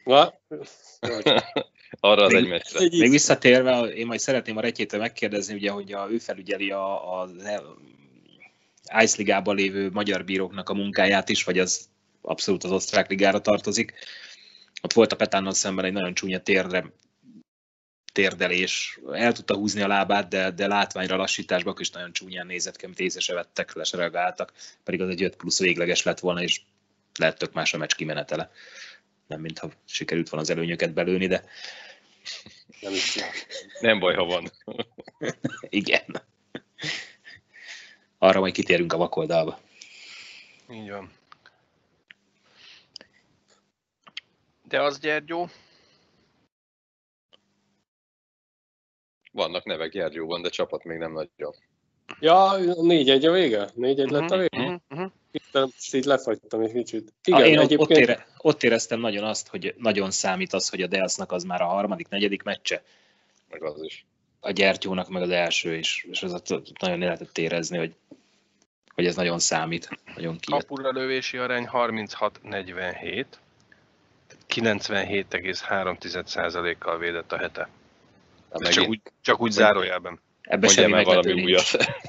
[SPEAKER 2] Arra
[SPEAKER 3] az egy meccsre.
[SPEAKER 4] Még visszatérve, én majd szeretném a Retyétől megkérdezni, ugye, hogy ő felügyeli az Ice Ligában lévő magyar bíróknak a munkáját is, vagy az abszolút az osztrák ligára tartozik. Ott volt a Petánnal szemben egy nagyon csúnya térdelés. El tudta húzni a lábát, de látványra lassításban is nagyon csúnyán nézett ki, amit észre se vettek, le se reagáltak. Pedig az egy 5+ végleges lett volna, és lehet tök más a meccs kimenetele. Nem mintha sikerült volna az előnyöket belőni, de...
[SPEAKER 3] Nem baj, ha van.
[SPEAKER 4] Igen. Arra majd kitérünk a vakoldalba.
[SPEAKER 2] Így van. De az Gyergyó?
[SPEAKER 3] Vannak nevek Gyergyóban, de csapat még nem nagyon.
[SPEAKER 1] Ja, 4-1 a vége? 4-1 lett a vége? Most így lefagytam egy kicsit.
[SPEAKER 4] Igen, én egyébként... ott éreztem nagyon azt, hogy nagyon számít az, hogy a Delsznak az már a 3.-4. meccse.
[SPEAKER 3] Meg az is.
[SPEAKER 4] A Gyertyónak meg az első is, és az nagyon lehetett érezni, hogy ez nagyon számít. Nagyon kijött.
[SPEAKER 2] Kapura lövési arány 36-47, 97,3%-kal védett a hete. Csak úgy zárójelben.
[SPEAKER 4] Ebbe semmi
[SPEAKER 3] valami újat.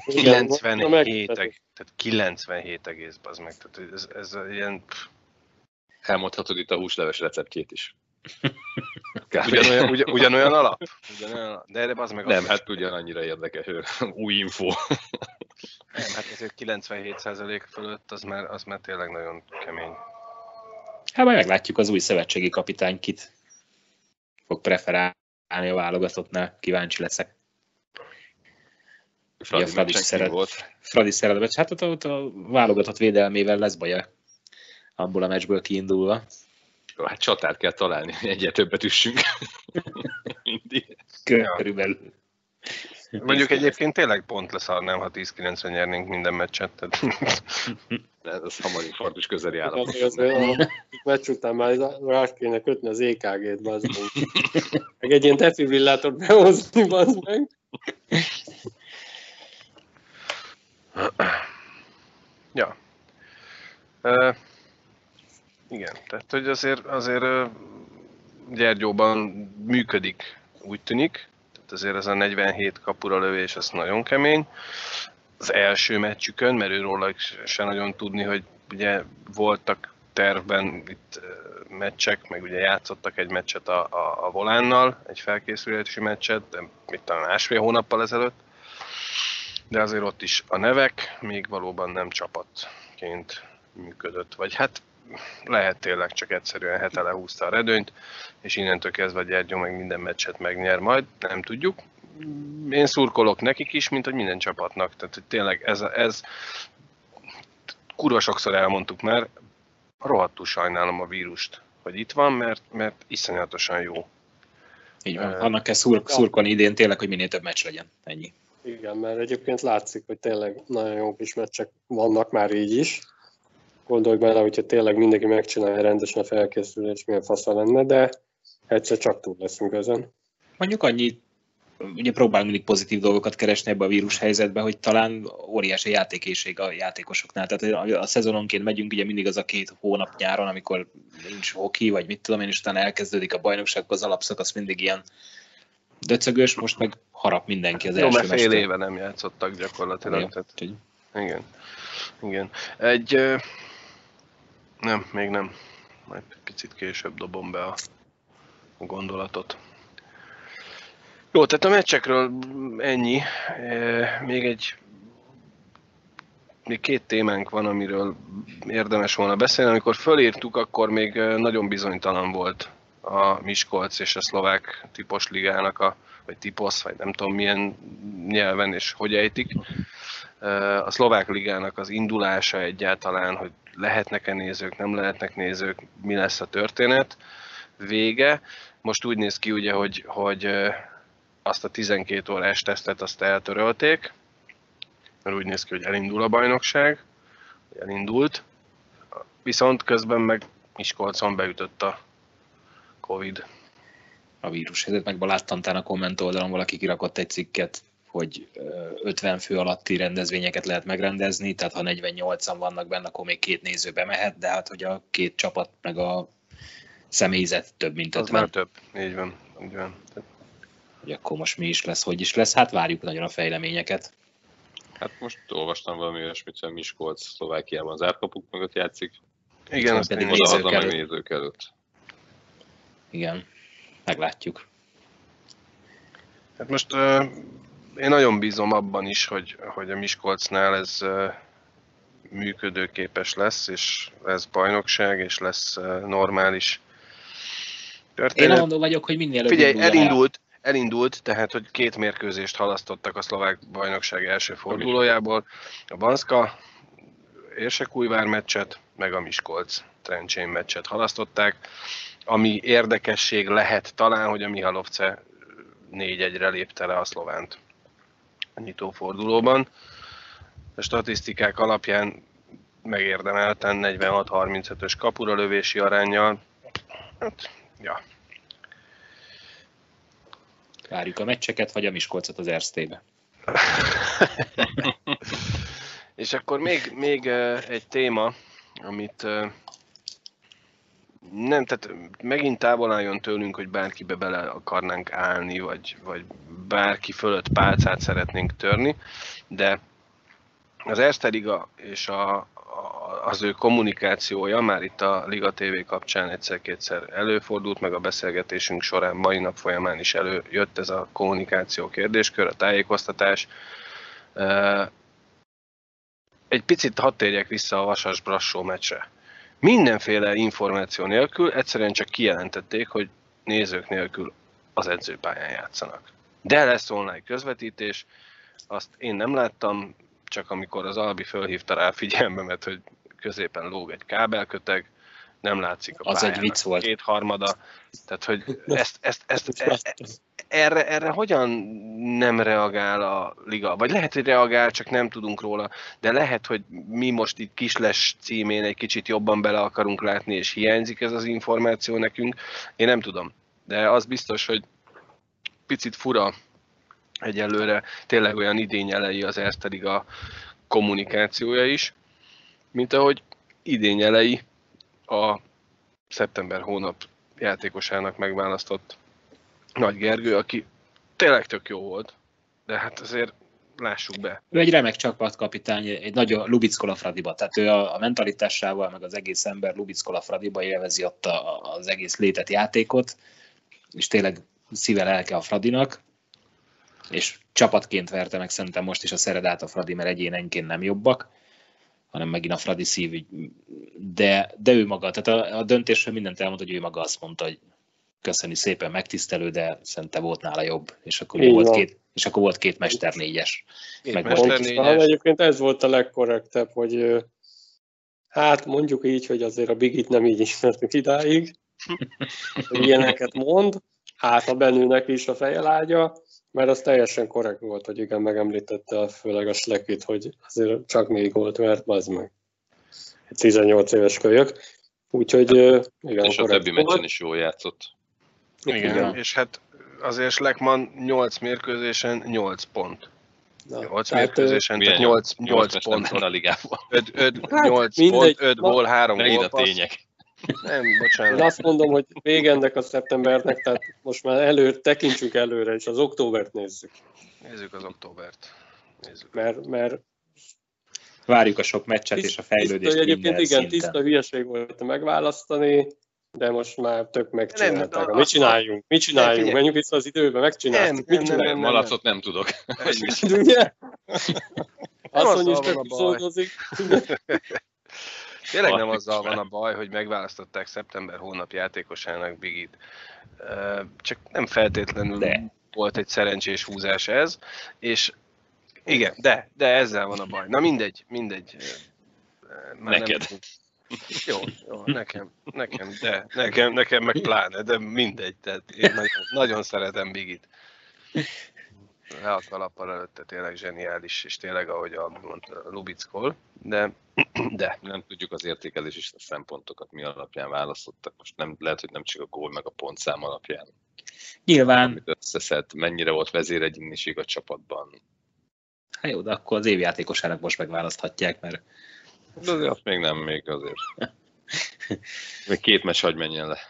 [SPEAKER 2] 97 egész, bazd meg. Tehát ez ilyen...
[SPEAKER 3] Elmondhatod itt a húsleves receptjét is.
[SPEAKER 2] Ugyanolyan alap? De erre bazd meg...
[SPEAKER 3] Nem, hát ugyanannyira érdekes, új info.
[SPEAKER 2] Nem, hát ezért 97% fölött az már tényleg nagyon kemény.
[SPEAKER 4] Hát majd meglátjuk az új szövetségi kapitány, kit fog preferálni a válogatottnál, kíváncsi leszek. Fradi szeret, hát ott a válogatott védelmével lesz baja abból a meccsből kiindulva.
[SPEAKER 3] Hát csatát kell találni, egyre többet üssünk. Mindig.
[SPEAKER 4] Körülbelül.
[SPEAKER 2] Mondjuk egyébként tényleg pont lesz, ha nem, ha 10-9-en nyernénk minden meccset.
[SPEAKER 3] Ez hamar infarktus közeli állapot.
[SPEAKER 1] A meccs után már rá kéne kötni az EKG-t, bazd meg. Meg egy ilyen defibrillátort behozni, bazd meg.
[SPEAKER 2] Ja. Igen, tehát hogy azért Gyergyóban működik, úgy tűnik. Tehát azért ez a 47 kapura lövés, ez nagyon kemény. Az első meccsükön, mert őróla se nagyon tudni, hogy ugye voltak tervben itt meccsek, meg ugye játszottak egy meccset a Volánnal, egy felkészülési meccset, de mit talán másfél hónappal ezelőtt. De azért ott is a nevek még valóban nem csapatként működött, vagy hát lehet tényleg csak egyszerűen hete lehúzta a redőnyt, és innentől kezdve a Gyergyó meg minden meccset megnyer majd, nem tudjuk. Én szurkolok nekik is, mint hogy minden csapatnak, tehát hogy tényleg ez kurva sokszor elmondtuk már, rohadtul sajnálom a vírust, hogy itt van, mert iszonyatosan jó.
[SPEAKER 4] Így van, annak kell szurkolni idén tényleg, hogy minél több meccs legyen, ennyi.
[SPEAKER 1] Igen, mert egyébként látszik, hogy tényleg nagyon jó kis meccsek vannak már így is. Gondolj bele, hogyha tényleg mindenki megcsinálja rendesen a felkészülést, milyen fasza lenne, de egyszer csak túl leszünk ezen.
[SPEAKER 4] Mondjuk annyi, ugye próbálunk mindig pozitív dolgokat keresni ebbe a vírus helyzetbe, hogy talán óriási játékészség a játékosoknál. Tehát a szezononként megyünk, ugye mindig az a 2 hónap nyáron, amikor nincs hoki, vagy mit tudom én, és utána elkezdődik a bajnokság, az alapszakasz mindig ilyen döcögös, most meg harap mindenki az első
[SPEAKER 2] meccsről. Jó, mert fél éve nem játszottak gyakorlatilag. Tehát, igen. Nem, még nem. Majd picit később dobom be a gondolatot. Jó, tehát a meccsekről ennyi. Még 2 témánk van, amiről érdemes volna beszélni. Amikor fölírtuk, akkor még nagyon bizonytalan volt a Miskolc és a szlovák tipos ligának, vagy tiposz, vagy nem tudom milyen nyelven és hogy ejtik. A szlovák ligának az indulása egyáltalán, hogy lehetnek-e nézők, nem lehetnek nézők, mi lesz a történet, vége. Most úgy néz ki ugye, hogy azt a 12 órás tesztet azt eltörölték, mert úgy néz ki, hogy elindul a bajnokság, elindult, viszont közben meg Miskolcon beütött a Covid.
[SPEAKER 4] A vírus helyzet, meg láttam a komment oldalon, valaki kirakott egy cikket, hogy 50 fő alatti rendezvényeket lehet megrendezni, tehát ha 48-an vannak benne, akkor még 2 néző bemehet, de hát hogy a 2 csapat meg a személyzet több, mint 50.
[SPEAKER 2] Az már több, így van.
[SPEAKER 4] Hogy akkor most mi is lesz, hogy is lesz, hát várjuk nagyon a fejleményeket.
[SPEAKER 3] Hát most olvastam valami olyasmit, hogy Miskolc Szlovákiában az árkapuk mögött játszik.
[SPEAKER 2] Igen, azt
[SPEAKER 4] pedig
[SPEAKER 3] nézők előtt.
[SPEAKER 4] Igen, meglátjuk.
[SPEAKER 2] Hát most én nagyon bízom abban is, hogy a Miskolcnál ez működőképes lesz, és lesz bajnokság, és lesz normális történet.
[SPEAKER 4] Én mondom vagyok, hogy minél előbb.
[SPEAKER 2] Figyelj, elindult, tehát hogy 2 mérkőzést halasztottak a szlovák bajnokság első fordulójából. A Banszka Érsekújvár meccset, meg a Miskolc Trencsén meccset halasztották. Ami érdekesség lehet talán, hogy a Mihalovce 4-1-re lépte le a szlovánt a nyitófordulóban. A statisztikák alapján megérdemelten 46-35-ös kapura lövési aránnyal. Hát, ja.
[SPEAKER 4] Várjuk a meccseket, vagy a Miskolcot az Erztébe.
[SPEAKER 2] És akkor még egy téma, amit nem, tehát megint távol álljon tőlünk, hogy bárkibe bele akarnánk állni, vagy bárki fölött pálcát szeretnénk törni, de az Erste Liga és az ő kommunikációja már itt a Liga TV kapcsán egyszer-kétszer előfordult, meg a beszélgetésünk során mai nap folyamán is előjött ez a kommunikáció kérdéskör, a tájékoztatás. Egy picit hadd térjek vissza a Vasas-Brassó meccsre. Mindenféle információ nélkül egyszerűen csak kijelentették, hogy nézők nélkül az edzőpályán játszanak. De lesz online közvetítés, azt én nem láttam, csak amikor az Albi fölhívta rá figyelmemet, hogy középen lóg egy kábelköteg, nem látszik a pályának.
[SPEAKER 4] Az egy vicc volt.
[SPEAKER 2] 2/3. Tehát, hogy erre hogyan nem reagál a liga? Vagy lehet, hogy reagál, csak nem tudunk róla, de lehet, hogy mi most itt Kisles címén egy kicsit jobban bele akarunk látni, és hiányzik ez az információ nekünk. Én nem tudom, de az biztos, hogy picit fura egyelőre, tényleg olyan idényelei az Erste Liga kommunikációja is, mint ahogy idényelei a szeptember hónap játékosának megválasztott Nagy Gergő, aki tényleg tök jó volt, de hát azért lássuk be.
[SPEAKER 4] Ő egy remek csapatkapitány, egy nagyon Lubickola Fradiba, tehát ő a mentalitásával, meg az egész ember Lubickola Fradiba élvezi ott az egész létet játékot, és tényleg szíve lelke a Fradinak, és csapatként verte meg szerintem most is a Szeredát a Fradi, mert egyénenként nem jobbak, hanem megint a Fradi szív, de ő maga, tehát a döntésről mindent elmondta, hogy ő maga azt mondta, hogy köszöni szépen, megtisztelő, de szerintem volt nála jobb, és akkor volt két Mester 4-es.
[SPEAKER 1] Egyébként ez volt a legkorrektebb, hogy hát mondjuk így, hogy azért a Bigit nem így ismertük idáig, hogy ilyeneket mond, hát a Benőnek is a fejelágya, mert az teljesen korrekt volt, hogy igen, megemlítette főleg a Slekit, hogy azért csak 4 gólt vert, bazd meg. 18 éves kölyök. Úgyhogy igen,
[SPEAKER 3] és a többi meccsen is jól játszott.
[SPEAKER 2] Igen, és hát azért Schleckmann 8 mérkőzésen 8 pont. 8 mérkőzésen, tehát 8 ponton
[SPEAKER 3] a ligában.
[SPEAKER 2] 8 pont, 5 gól, 3 gól.
[SPEAKER 3] A tények.
[SPEAKER 2] Nem, bocsánat.
[SPEAKER 1] Én azt mondom, hogy vége ennek a szeptembernek, tehát most már tekintsünk előre, és az októbert nézzük.
[SPEAKER 2] Nézzük az októbert.
[SPEAKER 1] Mert
[SPEAKER 4] várjuk a sok meccset és a fejlődést.
[SPEAKER 1] Egyébként igen, tiszta hülyeség volt megválasztani, de most már tök megcsinálták. Mit csináljunk? Menjünk vissza az időbe, megcsináltuk.
[SPEAKER 3] Nem. Malacot nem tudok.
[SPEAKER 1] Ugye? Asszony is tök szóldozik.
[SPEAKER 2] Tényleg nem azzal van a baj, hogy megválasztották szeptember hónap játékosának Bigit. Csak nem feltétlenül volt egy szerencsés húzás ez, és igen, de ezzel van a baj. Na mindegy.
[SPEAKER 3] Neked.
[SPEAKER 2] Jó, nekem meg pláne, de mindegy. Tehát én nagyon szeretem Bigit. Le a kalappal előtte tényleg zseniális, és tényleg, ahogy mondta Lubickol, de...
[SPEAKER 3] Nem tudjuk az értékelés és a szempontokat mi alapján választottak. Most nem lehet, hogy nem csak a gól meg a pontszám alapján.
[SPEAKER 4] Nyilván.
[SPEAKER 3] Amit összeszed, mennyire volt vezéregyéniség a csapatban.
[SPEAKER 4] Hát jó, de akkor az évjátékosának most megválaszthatják, mert...
[SPEAKER 3] De azért azt még azért. Még 2 meccs hagy menjen le.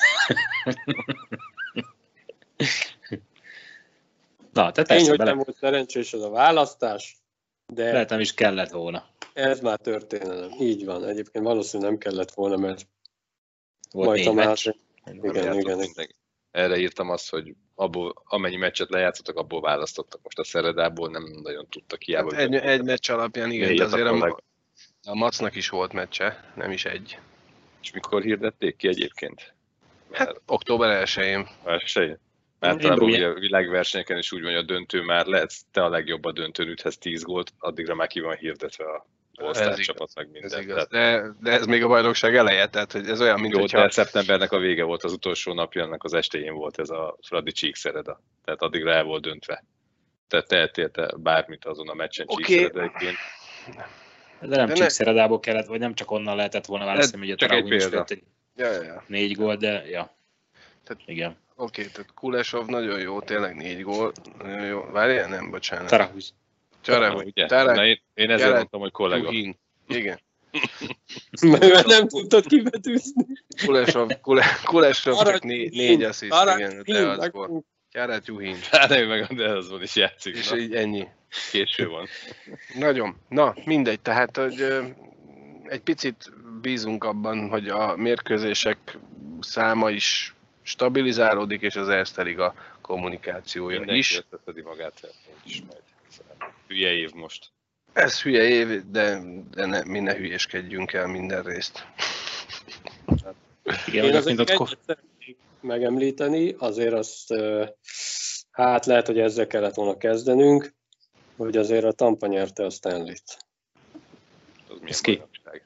[SPEAKER 4] Na, tehát
[SPEAKER 1] tény, hogy nem volt szerencsés az a választás, de...
[SPEAKER 4] Lehet nem is kellett volna.
[SPEAKER 1] Ez már történelem. Így van. Egyébként valószínűleg nem kellett volna, mert...
[SPEAKER 4] Volt 4 meccs.
[SPEAKER 1] Igen.
[SPEAKER 3] Erre írtam azt, hogy abból, amennyi meccset lejátszottak, abból választottak. Most a Szeredából nem nagyon tudtak hiába.
[SPEAKER 2] Hát egy meccs alapján igen, de azért a Macnak is volt meccse, nem is egy.
[SPEAKER 3] És mikor hirdették ki egyébként?
[SPEAKER 2] Hát október 1-én.
[SPEAKER 3] Mert általában a világversenyeken is úgy van, hogy a döntő már lehet, te a legjobb a döntőn üthetsz 10 gólt, addigra már ki van hirdetve a All-Star csapat meg minden.
[SPEAKER 2] Ez igaz. De ez még a bajnokság eleje, tehát hogy ez olyan, mint
[SPEAKER 3] jó, hogyha... szeptembernek a vége volt, az utolsó napja, ennek az estéjén volt ez a Fradi Csíkszereda. Tehát addigra el volt döntve. Tehát tehetél te bármit azon a meccsen Csíkszeredaiként.
[SPEAKER 4] De nem Csíkszeredából kellett, vagy nem csak onnan lehetett volna választani, hogy a Tarahunyi is lett egy 4 gól, de ja.
[SPEAKER 2] Tehát,
[SPEAKER 4] igen.
[SPEAKER 2] Oké, tehát Kulesov nagyon jó, tényleg 4 gól. Nagyon jó. Várjál, nem, bocsánat.
[SPEAKER 3] Tarahunyi. Én ezért mondtam, hogy kollega.
[SPEAKER 2] Igen.
[SPEAKER 1] Mert nem tudtad kibetűzni.
[SPEAKER 2] Kulesov csak 4 assziszt, igen, de az volt. Kjárát Juhin.
[SPEAKER 3] Hát nem meg, de azon is játszik.
[SPEAKER 2] És így ennyi.
[SPEAKER 3] Késő van.
[SPEAKER 2] Nagyon. Na, mindegy, tehát, hogy egy picit bízunk abban, hogy a mérkőzések száma is stabilizálódik, és az Erste Liga kommunikációja is.
[SPEAKER 3] Mindenki magát, is majd. Hülye év most.
[SPEAKER 2] Ez hülye év, de mi ne hülyéskedjünk el minden részt.
[SPEAKER 1] Igen, én azért egyet szeretnék megemlíteni, azért azt, hát lehet, hogy ezzel kellett volna kezdenünk, hogy azért a Tampa nyerte a Stanley-t.
[SPEAKER 3] Ez ki?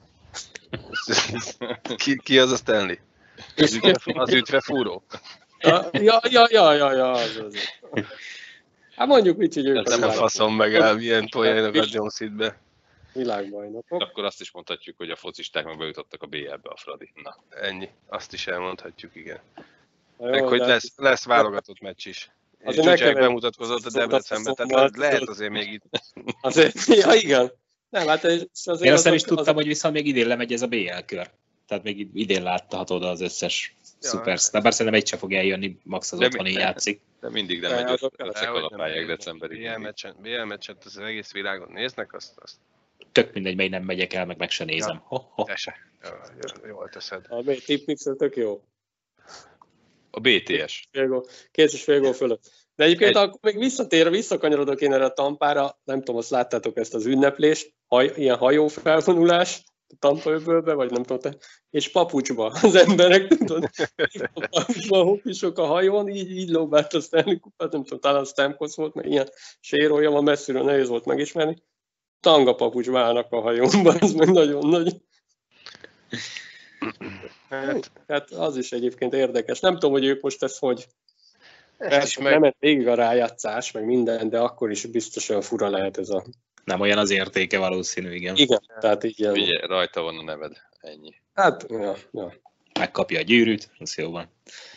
[SPEAKER 2] Ki az a Stanley? Az ütvefúró?
[SPEAKER 1] Ja, az. Hát mondjuk így, hogy ők
[SPEAKER 2] nem faszom meg el, milyen tojának Jones itt be.
[SPEAKER 1] Világbajnokok.
[SPEAKER 3] Akkor azt is mondhatjuk, hogy a focisták meg bejutottak a BL-be a Fradi. Na.
[SPEAKER 2] Ennyi. Azt is elmondhatjuk, igen.
[SPEAKER 1] Jó,
[SPEAKER 2] meg hogy lesz válogatott meccs is. És Csúcsák bemutatkozott a Debrecenbe, tehát lehet azért még itt.
[SPEAKER 1] Azért, ja igen. Nem, hát azért
[SPEAKER 4] én azt nem is tudtam, hogy viszont még idén lemegy ez a BL kör. Tehát még idén láthatod az összes szupersztár. Bár szerintem egy se fog eljönni, max az otthoni játszik.
[SPEAKER 3] De mindig nem megy ezek a pályák decemberig.
[SPEAKER 2] BL meccset az egész világon néznek, azt...
[SPEAKER 4] Tök mindegy, mely nem megyek el, meg se nézem.
[SPEAKER 2] Te se. Jól teszed.
[SPEAKER 1] A Tipmixel tök jó.
[SPEAKER 3] A BTS.
[SPEAKER 1] 2,5 gól fölött. De egyébként akkor még visszakanyarodok én erre a Tampára, nem tudom, azt láttátok ezt az ünneplést, ilyen hajófelvonulás, Tampa-öbölbe, vagy nem tudom, és papucsba az emberek, tudod, papucsba, hoppisok a hajón, így lóbált a Stanley Kupát, nem tudom, talán Stamkos volt, mert ilyen sérolja van messziről, nehéz volt megismerni. Tanga papucsba állnak a hajónban, ez meg nagyon nagy. Hát az is egyébként érdekes. Nem tudom, hogy ők most ezt hogy... Nem ment végig a rájátszás, meg minden, de akkor is biztos olyan fura lehet ez a...
[SPEAKER 4] Nem olyan az értéke valószínű, igen.
[SPEAKER 1] Igen, tehát igen.
[SPEAKER 3] Ugye, rajta van a neved, ennyi.
[SPEAKER 1] Hát, ja.
[SPEAKER 4] Megkapja a gyűrűt, az jó van.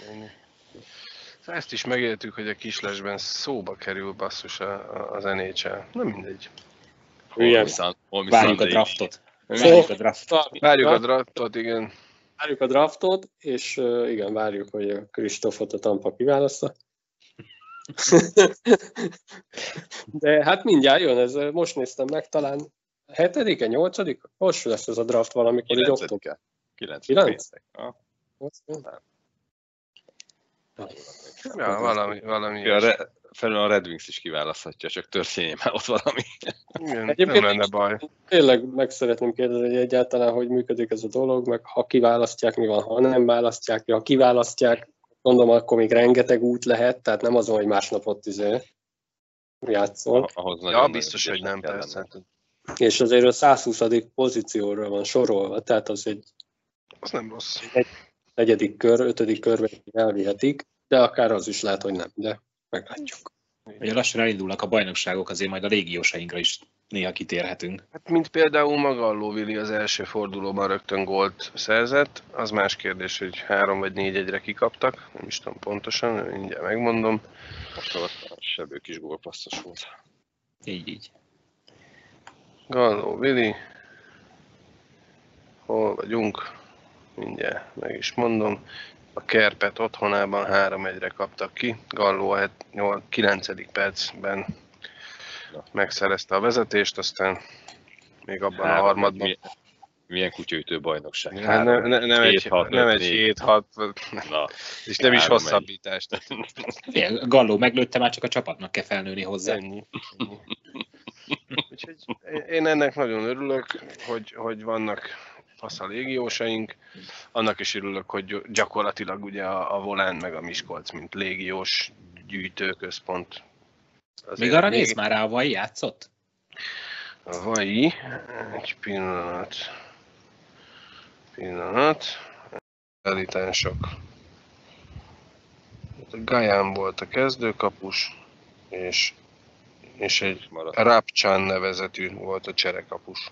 [SPEAKER 2] Ezt is megéltük, hogy a kislesben szóba kerül basszus az NHL. Nem mindegy.
[SPEAKER 4] Várjuk a draftot.
[SPEAKER 2] Várjuk a draftot, igen.
[SPEAKER 1] Várjuk a draftot, és igen, várjuk, hogy a Kristófot a Tampa kiválaszta. De hát mindjárt jön, ez most néztem meg, talán 7-e, 8-e? Most lesz ez a draft valamikor, így október.
[SPEAKER 3] 9.
[SPEAKER 2] Ja, valami.
[SPEAKER 3] Felül a Red Wings is kiválaszthatja, csak történjen már ott valami.
[SPEAKER 2] Igen, nem lenne baj.
[SPEAKER 1] Tényleg meg szeretném kérdezni, hogy egyáltalán hogy működik ez a dolog, meg ha kiválasztják, mi van, ha nem választják, ha kiválasztják, mondom, akkor még rengeteg út lehet, tehát nem azon, hogy másnap ott játszol.
[SPEAKER 2] Ja, biztos, hogy nem, persze.
[SPEAKER 1] És azért a 120. pozícióra van sorolva, tehát az
[SPEAKER 2] nem rossz.
[SPEAKER 1] Egy 4. kör, 5. körben elvihetik, de akár az is lehet, hogy nem, de meglátjuk.
[SPEAKER 4] Ugye lassan elindulnak a bajnokságok, azért majd a légiósainkra is néha kitérhetünk.
[SPEAKER 2] Hát mint például Magalló Vili az első fordulóban rögtön gólt szerzett, az más kérdés, hogy 3 vagy 4-1-re kikaptak, nem is tudom pontosan, mindjárt megmondom.
[SPEAKER 3] Akkor sebő kis gólpasszos volt.
[SPEAKER 4] Így.
[SPEAKER 2] Galló Vili, hol vagyunk? Mindjárt meg is mondom. A Kerpet otthonában 3-1-re kaptak ki. Galló 9. percben megszerezte a vezetést, aztán még abban a harmadban...
[SPEAKER 3] Milyen kutyaütő bajnokság?
[SPEAKER 2] Nem egy 7-6, és nem is hosszabbítás.
[SPEAKER 4] Galló meglőtte, már csak a csapatnak kell felnőni hozzá.
[SPEAKER 2] Ennyi. Úgyhogy én ennek nagyon örülök, hogy vannak fasz a légiósaink. Annak is örülök, hogy gyakorlatilag ugye a Volán meg a Miskolc, mint légiós gyűjtőközpont.
[SPEAKER 4] Még arra néz már rá, a Vai játszott?
[SPEAKER 2] A Vai, egy pillanat. Állítások. Gaján volt a kezdőkapus, és egy Rapcsán nevezetű volt a cserekapus.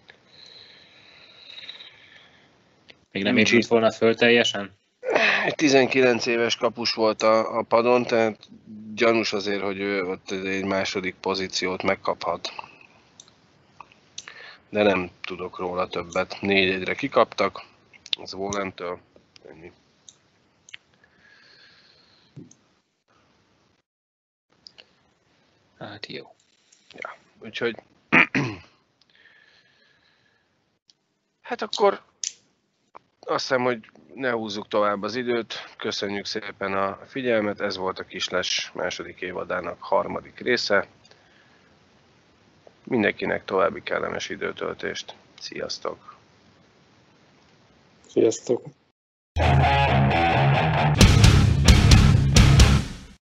[SPEAKER 4] Még nem épült volna föl teljesen?
[SPEAKER 2] 19 éves kapus volt a padon, tehát gyanús azért, hogy ő ott egy második pozíciót megkaphat. De nem tudok róla többet. 4-1-re kikaptak, az Volentől. Ennyi.
[SPEAKER 4] Hát jó.
[SPEAKER 2] Ja, úgyhogy... hát akkor azt hiszem, hogy ne húzzuk tovább az időt. Köszönjük szépen a figyelmet. Ez volt a Kisles második évadának 3. része. Mindenkinek további kellemes időtöltést. Sziasztok!
[SPEAKER 1] Sziasztok!